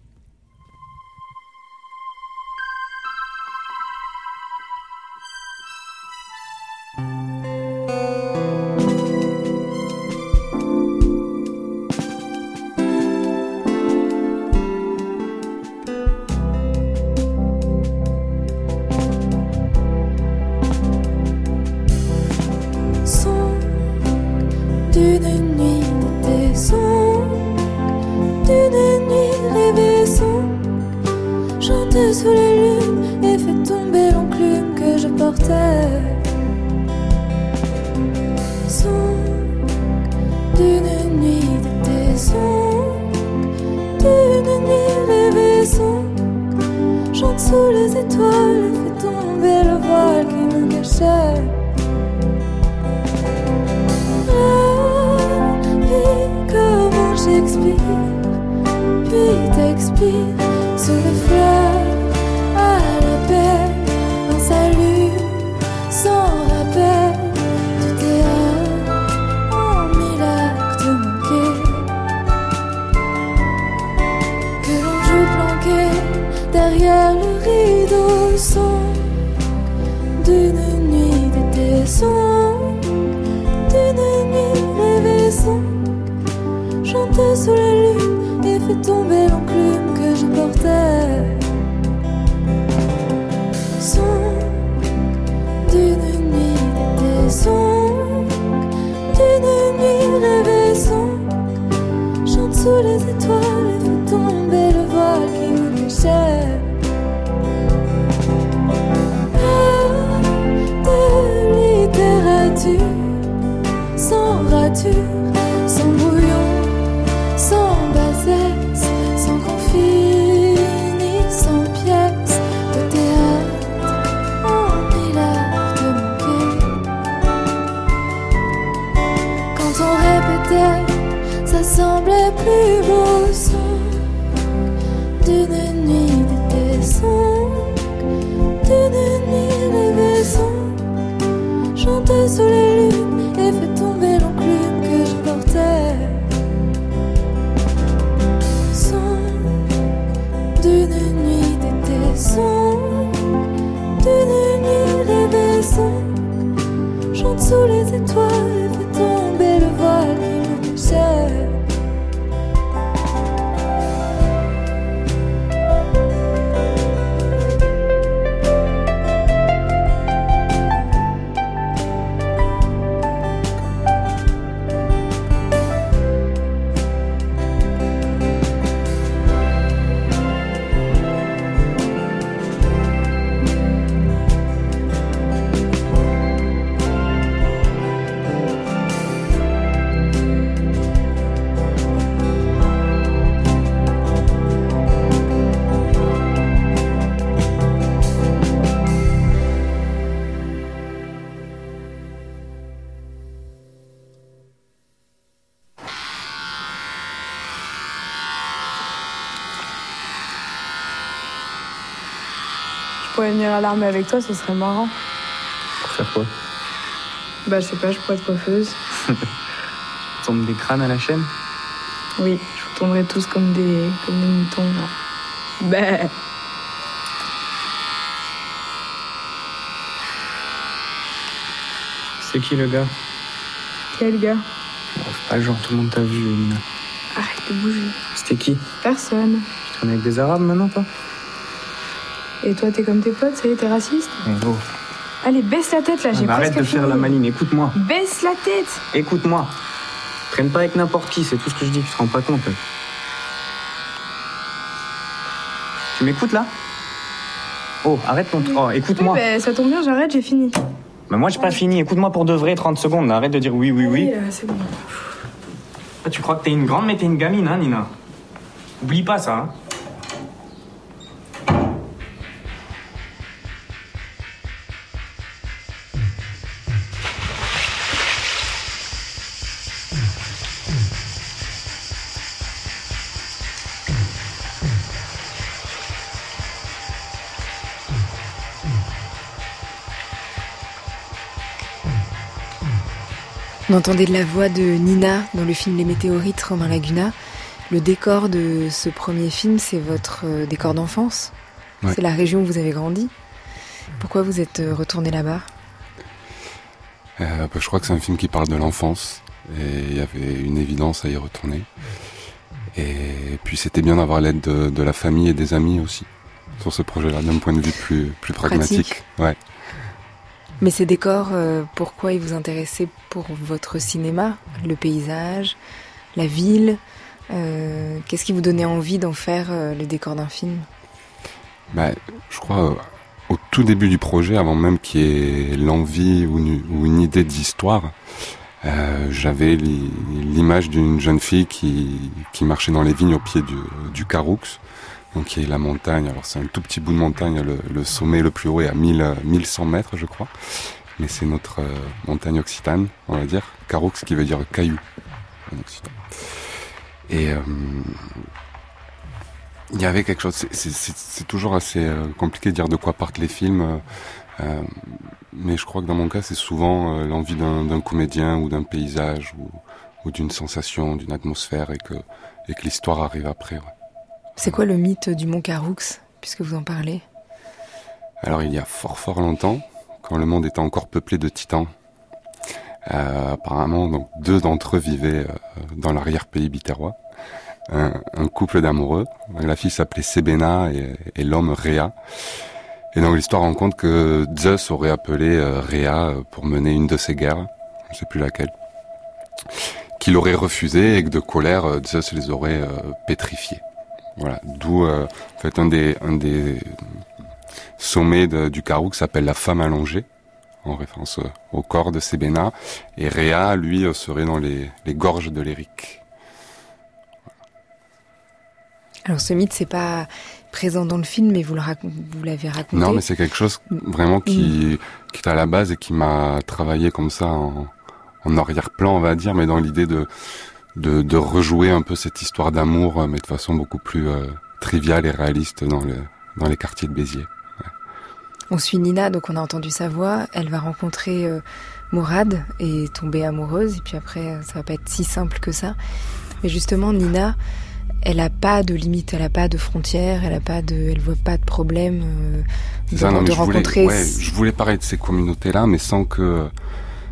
Sous la lune et fait tomber l'enclume que je portais. Son d'une nuit d'été, son d'une nuit rêvée, son chante sous les étoiles et fait tomber le voile qui nous cachait. La vie comme Shakespeare, puis t'expire sous les fleurs. Un salut sans rappel du théâtre en 1000 actes manqués que l'on joue planqué derrière le rideau. Son d'une nuit d'été, son d'une nuit rêvée, son chantait sous la lune et fait tomber l'enclume que je portais. D'une nuit d'été, son d'une nuit rêvée, son chante sous les étoiles et fait tomber le voile qui nous cachait. De littérature, sans rature, sans brouillon, sans bassesse, sans confinement. chante sous les étoiles et fait tomber le voile qui nous sert. Je pourrais venir à l'armée avec toi, ce serait marrant. Pour faire quoi? Bah, je sais pas, je pourrais être coiffeuse. Tu tombes des crânes à la chaîne? Oui, je vous tomberai tous comme des moutons, là. Bah. C'est qui le gars? Quel gars? Bon, c'est pas le genre, tout le monde t'a vu, Nina. Arrête de bouger. C'était qui? Personne. Tu traînes avec des arabes maintenant, toi? Et toi, t'es comme tes potes, ça y est, t'es raciste? Oh. Allez, baisse la tête, là, j'ai presque arrête de faire la maline, écoute-moi. Baisse la tête! Écoute-moi. Traîne pas avec n'importe qui, c'est tout ce que je dis, tu te rends pas compte. Tu m'écoutes, là? Oh, arrête ton... Oh, écoute-moi. Oui, bah, ça tombe bien, j'arrête, j'ai fini. Mais moi, j'ai pas fini. Écoute-moi pour de vrai, 30 secondes. Arrête de dire oui, oui, oui. Oui, c'est bon. Ah, tu crois que t'es une grande, mais t'es une gamine, hein, Nina? Oublie pas ça, hein. On entendait de la voix de Nina dans le film Les Météorites, Romain Laguna. Le décor de ce premier film, c'est votre décor d'enfance. Ouais. C'est la région où vous avez grandi. Pourquoi vous êtes retourné là-bas? Je crois que c'est un film qui parle de l'enfance. Et il y avait une évidence à y retourner. Et puis c'était bien d'avoir l'aide de la famille et des amis aussi. Sur ce projet-là, d'un point de vue plus pragmatique. Ouais. Mais ces décors, pourquoi ils vous intéressaient pour votre cinéma? Le paysage, la ville, qu'est-ce qui vous donnait envie d'en faire le décor d'un film? Je crois au tout début du projet, avant même qu'il y ait l'envie ou une idée d'histoire, j'avais l'image d'une jeune fille qui marchait dans les vignes au pied du Caroux. Donc il y a la montagne, alors c'est un tout petit bout de montagne, le sommet le plus haut est à 1100 mètres je crois, mais c'est notre montagne occitane, on va dire, Caroux qui veut dire caillou en occitan. Et il y avait quelque chose, c'est toujours assez compliqué de dire de quoi partent les films, mais je crois que dans mon cas c'est souvent l'envie d'un comédien ou d'un paysage ou d'une sensation, d'une atmosphère et que l'histoire arrive après. Ouais. C'est quoi le mythe du mont Caroux, puisque vous en parlez? Alors il y a fort longtemps, quand le monde était encore peuplé de titans, apparemment donc 2 d'entre eux vivaient dans l'arrière-pays biterrois, un couple d'amoureux. La fille s'appelait Sebena et l'homme Rhea. Et donc l'histoire rend compte que Zeus aurait appelé Rhea pour mener une de ses guerres, je ne sais plus laquelle, qu'il aurait refusé et que de colère Zeus les aurait pétrifiés. Voilà, d'où en fait un des sommets du Caroux s'appelle la femme allongée, en référence au corps de Sebena, et Rhea, lui, serait dans les gorges de l'Éric. Alors ce mythe, c'est pas présent dans le film, mais vous l'avez raconté. Non, mais c'est quelque chose vraiment qui est à la base et qui m'a travaillé comme ça en arrière-plan, on va dire, mais dans l'idée de rejouer un peu cette histoire d'amour, mais de façon beaucoup plus triviale et réaliste dans les quartiers de Béziers. Ouais. On suit Nina, donc on a entendu sa voix, elle va rencontrer Mourad et tomber amoureuse, et puis après ça va pas être si simple que ça. Mais justement, Nina, elle a pas de limite, elle a pas de frontières, elle voit pas de problème de rencontrer. Je voulais parler de ces communautés-là, mais sans que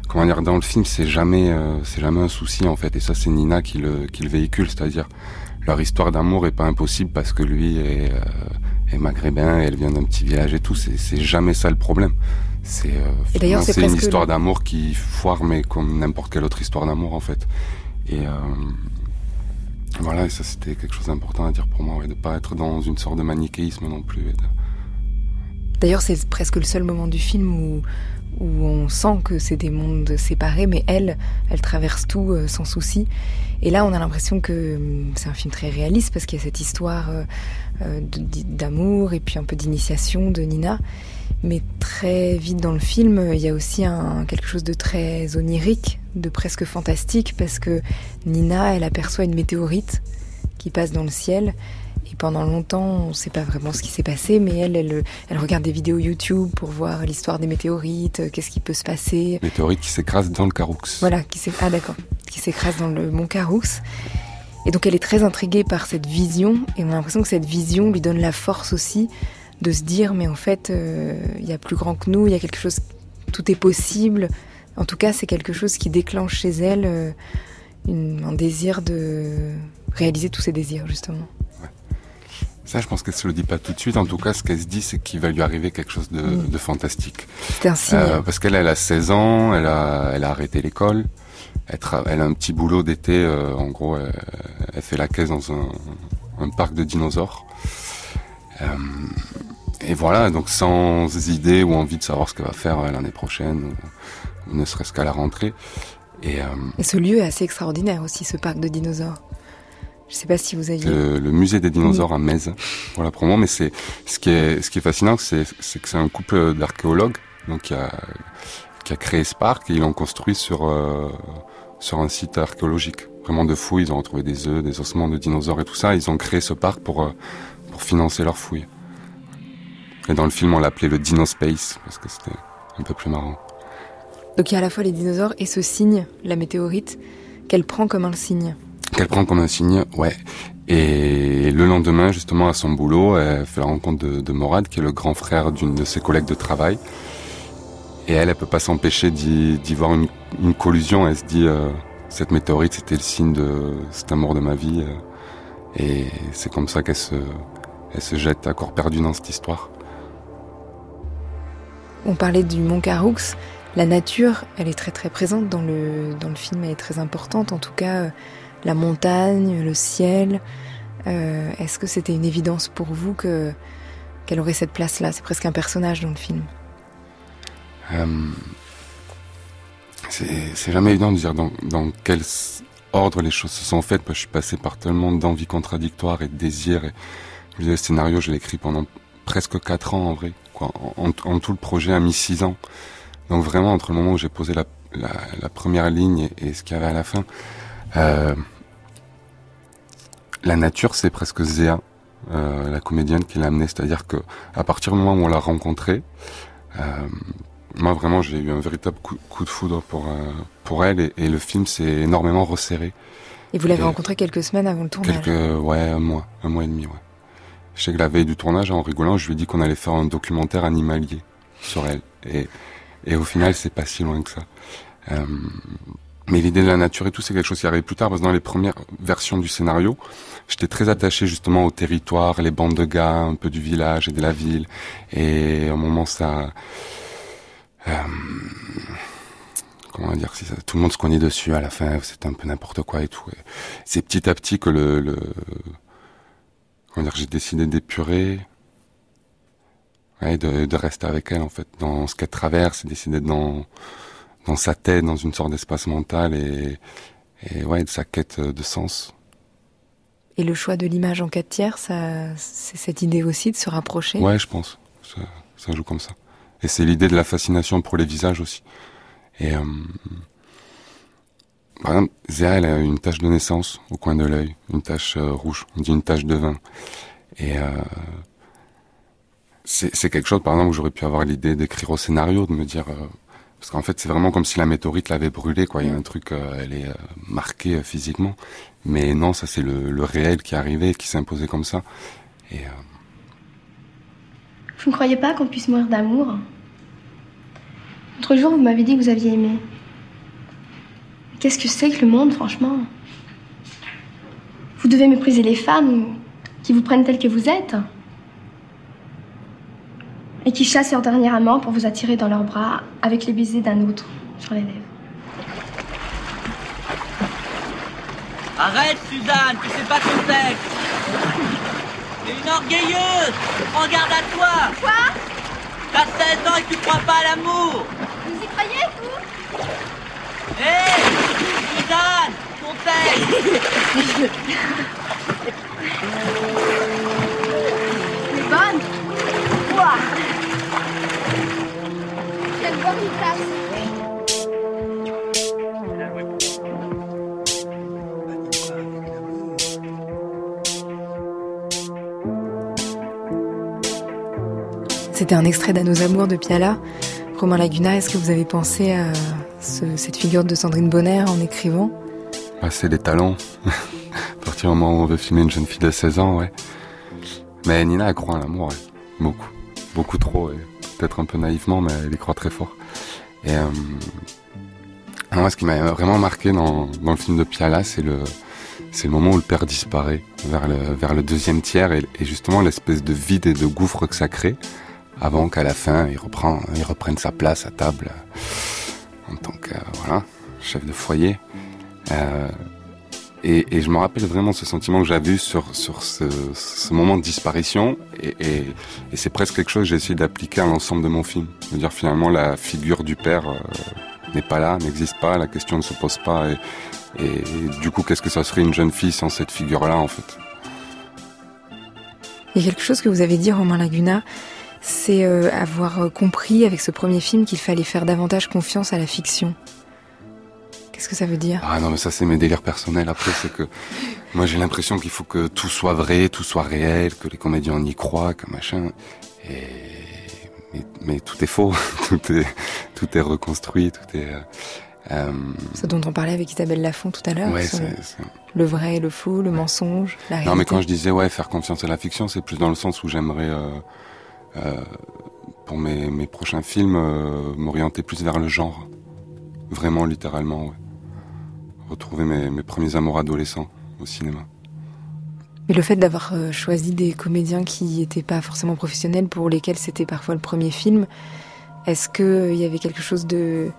comment dire, dans le film, c'est jamais un souci en fait. Et ça, c'est Nina qui le véhicule, c'est-à-dire leur histoire d'amour est pas impossible parce que lui est maghrébin, et elle vient d'un petit village et tout. C'est jamais ça le problème. C'est une histoire d'amour qui foire, mais comme n'importe quelle autre histoire d'amour en fait. Et voilà, et ça c'était quelque chose d'important à dire pour moi, de pas être dans une sorte de manichéisme non plus. D'ailleurs, c'est presque le seul moment du film où on sent que c'est des mondes séparés, mais elle traverse tout sans souci. Et là, on a l'impression que c'est un film très réaliste, parce qu'il y a cette histoire d'amour et puis un peu d'initiation de Nina. Mais très vite dans le film, il y a aussi quelque chose de très onirique, de presque fantastique, parce que Nina, elle aperçoit une météorite qui passe dans le ciel. Et pendant longtemps, on ne sait pas vraiment ce qui s'est passé, mais elle regarde des vidéos YouTube pour voir l'histoire des météorites, qu'est-ce qui peut se passer. Météorite qui s'écrase dans le Caroux. Voilà, qui s'écrase dans le mont Caroux. Et donc elle est très intriguée par cette vision, et on a l'impression que cette vision lui donne la force aussi de se dire, mais en fait, il y a plus grand que nous, il y a quelque chose, tout est possible. En tout cas, c'est quelque chose qui déclenche chez elle un désir de réaliser tous ses désirs, justement. Ça, je pense qu'elle se le dit pas tout de suite. En tout cas, ce qu'elle se dit, c'est qu'il va lui arriver quelque chose de fantastique. C'est un signe. Parce qu'elle a 16 ans, elle a arrêté l'école. Elle a un petit boulot d'été. En gros, elle fait la caisse dans un parc de dinosaures. Et voilà, donc sans idée ou envie de savoir ce qu'elle va faire l'année prochaine, ou ne serait-ce qu'à la rentrée. Et ce lieu est assez extraordinaire aussi, ce parc de dinosaures. Je sais pas si vous aviez... Le musée des dinosaures à Metz, pour la promo, mais ce qui est fascinant, c'est que c'est un couple d'archéologues donc qui a créé ce parc, et ils l'ont construit sur un site archéologique. Vraiment de fouilles, ils ont retrouvé des œufs, des ossements de dinosaures et tout ça. Ils ont créé ce parc pour financer leurs fouilles. Et dans le film, on l'appelait le Dinospace, parce que c'était un peu plus marrant. Donc il y a à la fois les dinosaures et ce signe, la météorite, qu'elle prend comme un signe. Qu'elle prend comme un signe, ouais. Et le lendemain, justement, à son boulot, elle fait la rencontre de Morad, qui est le grand frère d'une de ses collègues de travail. Et elle peut pas s'empêcher d'y voir une collusion. Elle se dit, cette météorite, c'était le signe de cet amour de ma vie. Et c'est comme ça qu'elle se jette à corps perdu dans cette histoire. On parlait du mont Caroux. La nature, elle est très très présente dans le film, elle est très importante. En tout cas, la montagne, le ciel. Est-ce que c'était une évidence pour vous qu'elle aurait cette place-là? C'est presque un personnage dans le film. C'est jamais évident de dire dans quel ordre les choses se sont faites. Parce que je suis passé par tellement d'envies contradictoires et de désirs. Et le scénario, je l'ai écrit pendant presque 4 ans en vrai. En tout, le projet a mis 6 ans. Donc vraiment, entre le moment où j'ai posé la première ligne et ce qu'il y avait à la fin, la nature, c'est presque Zéa, la comédienne qui l'a amenée. C'est-à-dire que à partir du moment où on l'a rencontrée, moi vraiment, j'ai eu un véritable coup de foudre pour elle, et le film s'est énormément resserré. Et vous l'avez rencontrée quelques semaines avant le tournage? Un mois et demi, ouais. Je sais que la veille du tournage, en rigolant, je lui ai dit qu'on allait faire un documentaire animalier sur elle. Et au final, c'est pas si loin que ça. Mais l'idée de la nature et tout, c'est quelque chose qui arrive plus tard, parce que dans les premières versions du scénario, j'étais très attaché justement au territoire, les bandes de gars, un peu du village et de la ville. Et à un moment, ça... comment dire, tout le monde se cognait dessus à la fin, c'était un peu n'importe quoi et tout. Et c'est petit à petit que comment dire, j'ai décidé d'épurer, de rester avec elle en fait, dans ce qu'elle traverse, et d'essayer d'être dans sa tête, dans une sorte d'espace mental, et de sa quête de sens. Et le choix de l'image en 4/3, c'est cette idée aussi de se rapprocher? Ouais, je pense. Ça joue comme ça. Et c'est l'idée de la fascination pour les visages aussi. Et par exemple, Zéa, elle a une tache de naissance au coin de l'œil, une tache rouge, on dit une tache de vin. Et c'est quelque chose, par exemple, où j'aurais pu avoir l'idée d'écrire au scénario, de me dire... parce qu'en fait, c'est vraiment comme si la météorite l'avait brûlée, quoi. Il y a un truc, elle est marquée physiquement. Mais non, ça c'est le réel qui est arrivé, qui s'est imposé comme ça. Et Vous ne croyez pas qu'on puisse mourir d'amour? L'autre jour, vous m'avez dit que vous aviez aimé. Qu'est-ce que c'est que le monde, franchement? Vous devez mépriser les femmes qui vous prennent telles que vous êtes et qui chassent leur dernier amant pour vous attirer dans leurs bras avec les baisers d'un autre sur les lèvres. Arrête, Suzanne, tu sais pas ton texte. T'es une orgueilleuse. Prends garde à toi. Quoi? T'as 16 ans et tu crois pas à l'amour. Vous y croyez, vous? Hé, Suzanne, ton texte. C'est bonne. Quoi? Je viens de voir une place. C'était un extrait d'À nos amours de Piala. Romain Laguna, est-ce que vous avez pensé à cette figure de Sandrine Bonnaire en écrivant? C'est des talents. À partir du moment où on veut filmer une jeune fille de 16 ans, ouais. Mais Nina, elle croit en l'amour, ouais. Beaucoup. Beaucoup trop, et peut-être un peu naïvement, mais elle y croit très fort. Et moi, ce qui m'a vraiment marqué dans le film de Piala, c'est le moment où le père disparaît vers le deuxième tiers et justement l'espèce de vide et de gouffre que ça crée avant qu'à la fin il reprenne sa place à table en tant que chef de foyer. Et je me rappelle vraiment ce sentiment que j'avais eu sur ce moment de disparition et c'est presque quelque chose que j'ai essayé d'appliquer à l'ensemble de mon film. Je veux dire, finalement, la figure du père n'est pas là, n'existe pas, la question ne se pose pas et du coup, qu'est-ce que ça serait une jeune fille sans cette figure-là, en fait? Il y a quelque chose que vous avez dit, Romain Laguna, c'est avoir compris avec ce premier film qu'il fallait faire davantage confiance à la fiction. Qu'est-ce que ça veut dire? Ah non, mais ça, c'est mes délires personnels. Après, c'est que moi, j'ai l'impression qu'il faut que tout soit vrai, tout soit réel, que les comédiens en y croient, que machin. Mais tout est faux, tout est reconstruit, tout est... Ce dont on parlait avec Isabelle Lafont tout à l'heure, ouais, le vrai et le faux, le mensonge, la réalité. Non, mais quand je disais faire confiance à la fiction, c'est plus dans le sens où j'aimerais, pour mes prochains films, m'orienter plus vers le genre. Vraiment, littéralement, ouais. Retrouver mes premiers amours adolescents au cinéma. Mais le fait d'avoir choisi des comédiens qui n'étaient pas forcément professionnels, pour lesquels c'était parfois le premier film, est-ce qu'il y avait quelque chose de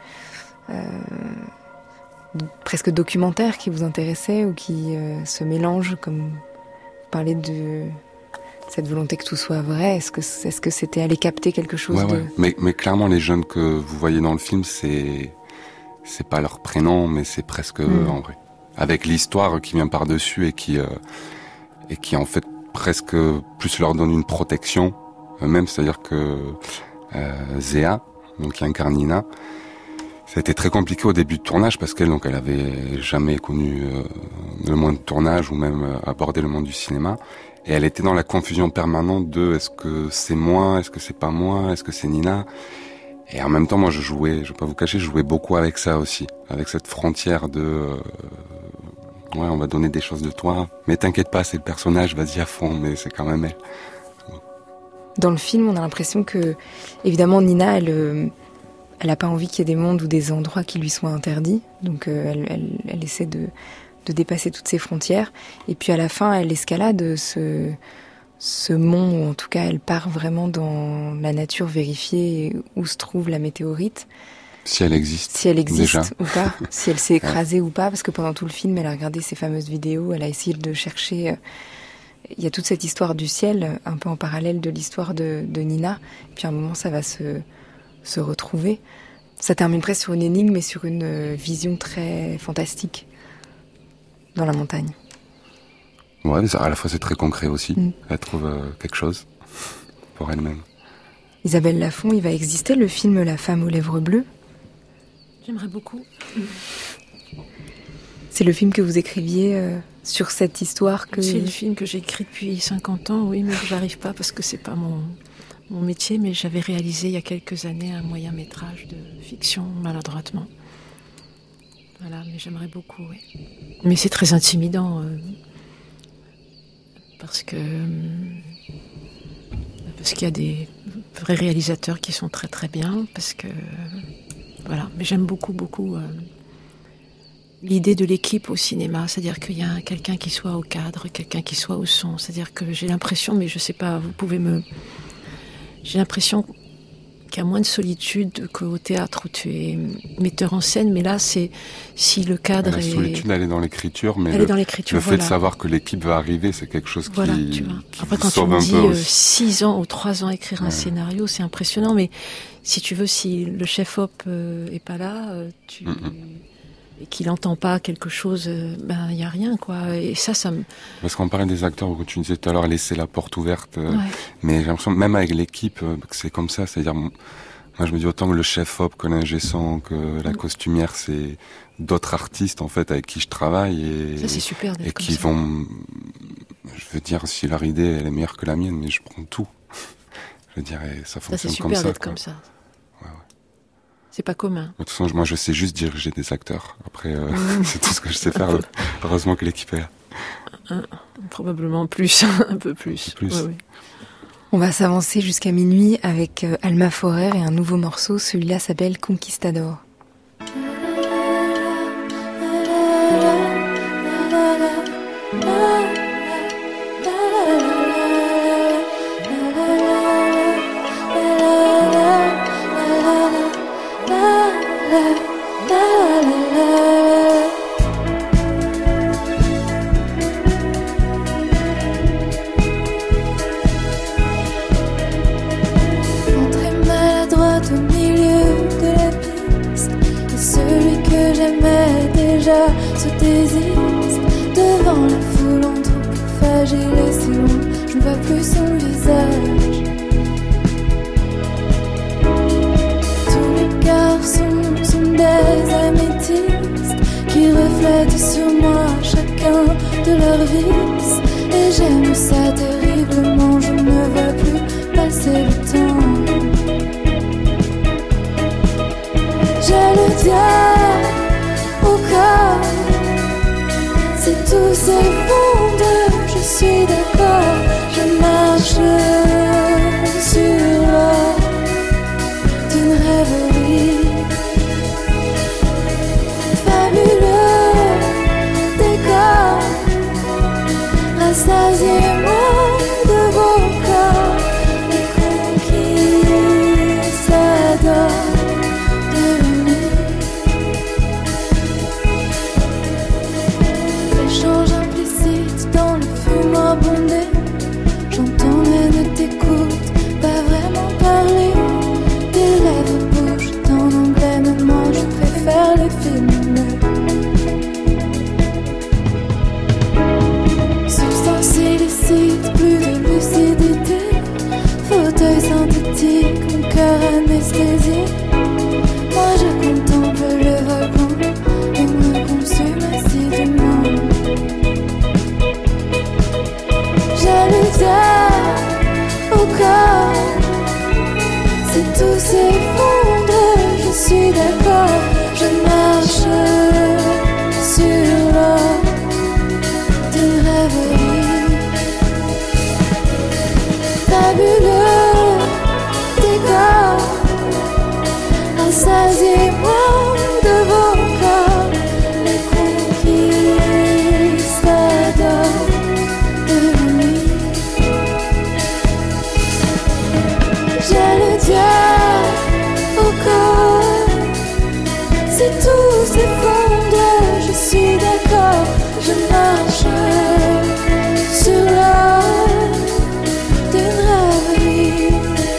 presque documentaire qui vous intéressait ou qui se mélange, comme vous parlez de cette volonté que tout soit vrai? Est-ce que c'était aller capter quelque chose de... Ouais. Mais clairement, les jeunes que vous voyez dans le film, c'est pas leur prénom, mais c'est presque eux, en vrai. Avec l'histoire qui vient par-dessus et qui en fait presque plus leur donne une protection eux-mêmes. C'est-à-dire que Zéa, donc qui incarne Nina, ça a été très compliqué au début de tournage parce qu'elle avait jamais connu le monde de tournage ou même abordé le monde du cinéma. Et elle était dans la confusion permanente de est-ce que c'est moi, est-ce que c'est pas moi, est-ce que c'est Nina? Et en même temps, moi, je vais pas vous cacher, je jouais beaucoup avec ça aussi, avec cette frontière de on va donner des choses de toi, mais t'inquiète pas, c'est le personnage, vas-y à fond, mais c'est quand même elle. Dans le film, on a l'impression que, évidemment, Nina, elle a pas envie qu'il y ait des mondes ou des endroits qui lui soient interdits, donc elle essaie de dépasser toutes ces frontières, et puis à la fin, elle escalade ce mont, ou en tout cas, elle part vraiment dans la nature vérifier où se trouve la météorite. Si elle existe. Si elle existe déjà. ou pas, si elle s'est écrasée ou pas, parce que pendant tout le film, elle a regardé ces fameuses vidéos, elle a essayé de chercher... Il y a toute cette histoire du ciel, un peu en parallèle de l'histoire de Nina, et puis à un moment, ça va se retrouver. Ça termine presque sur une énigme et sur une vision très fantastique dans la montagne. Ouais, mais à la fois c'est très concret aussi. Elle trouve quelque chose pour elle-même. Isabelle Lafont, il va exister le film La femme aux lèvres bleues? J'aimerais beaucoup. C'est le film que vous écriviez sur cette histoire que... C'est le film que j'ai écrit depuis 50 ans, oui, mais j'arrive pas parce que c'est pas mon métier, mais j'avais réalisé il y a quelques années un moyen-métrage de fiction maladroitement. Voilà, mais j'aimerais beaucoup, oui. Mais c'est très intimidant, parce qu'il y a des vrais réalisateurs qui sont très très bien, parce que voilà. Mais j'aime beaucoup l'idée de l'équipe au cinéma, c'est-à-dire qu'il y a quelqu'un qui soit au cadre, quelqu'un qui soit au son. C'est-à-dire que j'ai l'impression, mais je sais pas, j'ai l'impression qu'il y a moins de solitude qu'au théâtre où tu es metteur en scène, mais là, c'est si le cadre La solitude, elle est dans l'écriture, mais le fait de savoir que l'équipe va arriver, c'est quelque chose qui Après, quand tu me dis 6 ans ou 3 ans à écrire un scénario, c'est impressionnant, mais si tu veux, si le chef-op est pas là, et qu'il n'entend pas quelque chose, il y a rien, quoi. Et ça me... Parce qu'on parlait des acteurs, où tu disais tout à l'heure, laisser la porte ouverte, mais j'ai l'impression, même avec l'équipe, que c'est comme ça, c'est-à-dire, moi je me dis autant que le chef-op, que l'ingé son, que la costumière, c'est d'autres artistes, en fait, avec qui je travaille, et ça, c'est super d'être comme qui ça. vont, je veux dire, si leur idée, elle est meilleure que la mienne, mais je prends tout. Je veux dire, et ça fonctionne comme ça. C'est super d'être comme ça. C'est pas commun. De toute façon, moi, je sais juste diriger des acteurs. Après, c'est tout ce que je sais faire. Heureusement que l'équipe est là. Probablement plus, un peu plus. Ouais. On va s'avancer jusqu'à minuit avec Alma Forer et un nouveau morceau. Celui-là s'appelle Conquistador. Se désiste devant la foule anthropophage et les si loin, je ne vois plus son visage. Tous les garçons sont des améthystes qui reflètent sur moi chacun de leurs vices, et j'aime ça terriblement, je ne vois plus passer le temps. J'ai le diable au corps, si tout s'effondre, je suis d'accord, je marche sur l'or d'une rêverie. Fabuleux décor, rassasiez-moi de vos corps, les conquistadors. Bondé, j'entends mais ne t'écoute pas vraiment parler. Tes lèvres bougent en anglais, mais moi je préfère les films. Substance illicite, plus de lucidité. Fauteuil synthétique, mon cœur anesthésique. Moi je contemple le volcan et me consume assidûment. J'ai le diable au corps, si tout s'effondre, je suis d'accord, je marche sur l'or d'une rêverie. Fabuleux décor, rassasiez-moi de vos corps, les conquistadors. J'ai le diable au corps, si tout s'effondre, je suis d'accord, je marche sur l'or d'une rêverie.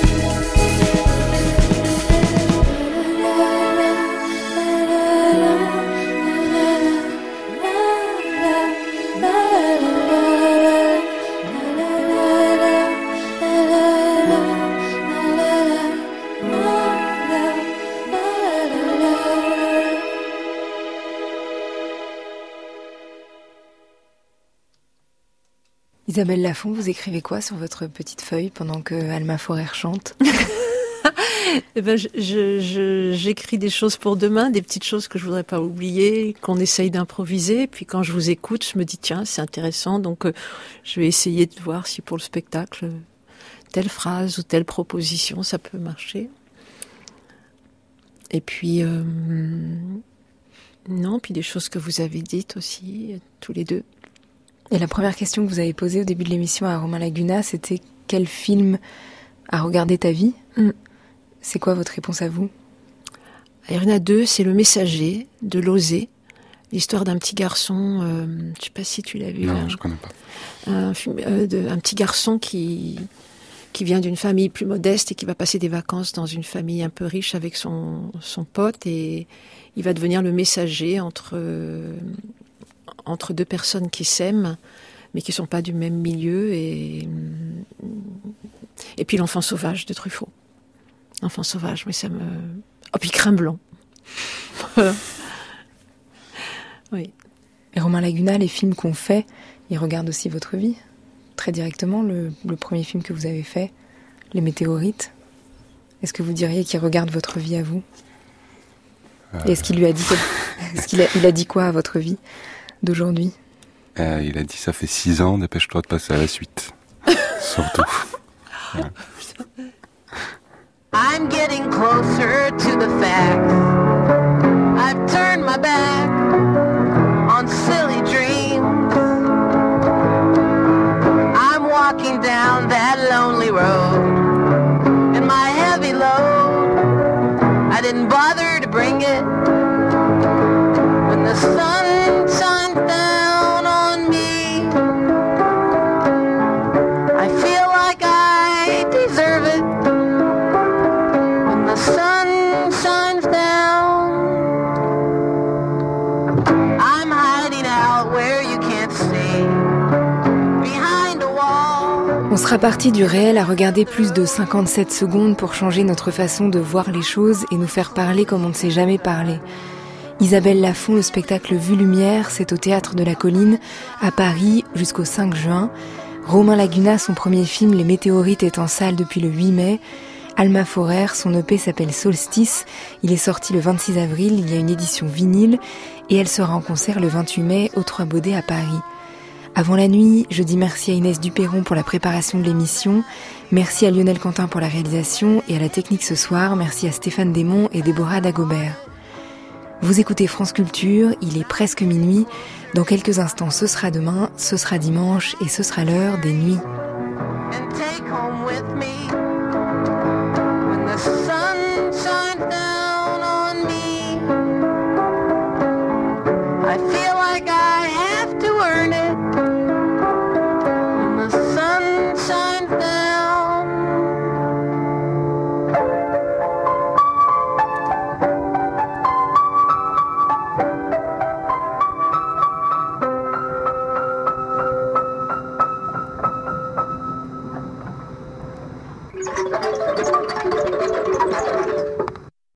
Isabelle Lafont, vous écrivez quoi sur votre petite feuille pendant que Alma Forer chante? Eh ben, j'écris des choses pour demain, des petites choses que je voudrais pas oublier, qu'on essaye d'improviser. Puis quand je vous écoute, je me dis tiens, c'est intéressant, donc je vais essayer de voir si pour le spectacle, telle phrase ou telle proposition, ça peut marcher. Et puis Non, puis des choses que vous avez dites aussi, tous les deux. Et la première question que vous avez posée au début de l'émission à Romain Laguna, c'était quel film a regardé ta vie ? C'est quoi votre réponse à vous ? Il y en a deux, c'est Le Messager de Lozé, l'histoire d'un petit garçon, je ne sais pas si tu l'as vu. Non, je ne connais pas. Un petit garçon qui vient d'une famille plus modeste et qui va passer des vacances dans une famille un peu riche avec son pote, et il va devenir le messager entre deux personnes qui s'aiment mais qui ne sont pas du même milieu, et puis L'Enfant sauvage de Truffaut. L'Enfant sauvage, mais ça me... Oh, puis Crin blanc. Oui. Et Romain Laguna, les films qu'on fait, ils regardent aussi votre vie, très directement. Le premier film que vous avez fait, Les Météorites, est-ce que vous diriez qu'il regarde votre vie à vous ? Et est-ce qu'il lui a dit il a dit quoi à votre vie d'aujourd'hui ? Il a dit ça fait 6 ans, dépêche-toi de passer à la suite. Surtout. Ouais. I'm getting closer to the facts. I've turned my back on silly dreams. I'm walking down that lonely road and my heavy load, I didn't bother to bring it. When the sun shines down on me, I feel like I deserve it. When the sun shines down, I'm hiding out where you can't see, behind a wall. On sera parti du réel à regarder plus de 57 secondes pour changer notre façon de voir les choses et nous faire parler comme on ne s'est jamais parlé. Isabelle Lafont, le spectacle Vue Lumière, c'est au Théâtre de la Colline, à Paris, jusqu'au 5 juin. Romain Laguna, son premier film Les Météorites, est en salle depuis le 8 mai. Alma Forer, son EP s'appelle Solstice. Il est sorti le 26 avril, il y a une édition vinyle et elle sera en concert le 28 mai au Trois Baudets à Paris. Avant la nuit, je dis merci à Inès Duperron pour la préparation de l'émission, merci à Lionel Quentin pour la réalisation et à la technique ce soir, merci à Stéphane Desmond et Déborah Dagobert. Vous écoutez France Culture, il est presque minuit. Dans quelques instants, ce sera demain, ce sera dimanche et ce sera l'heure des nuits.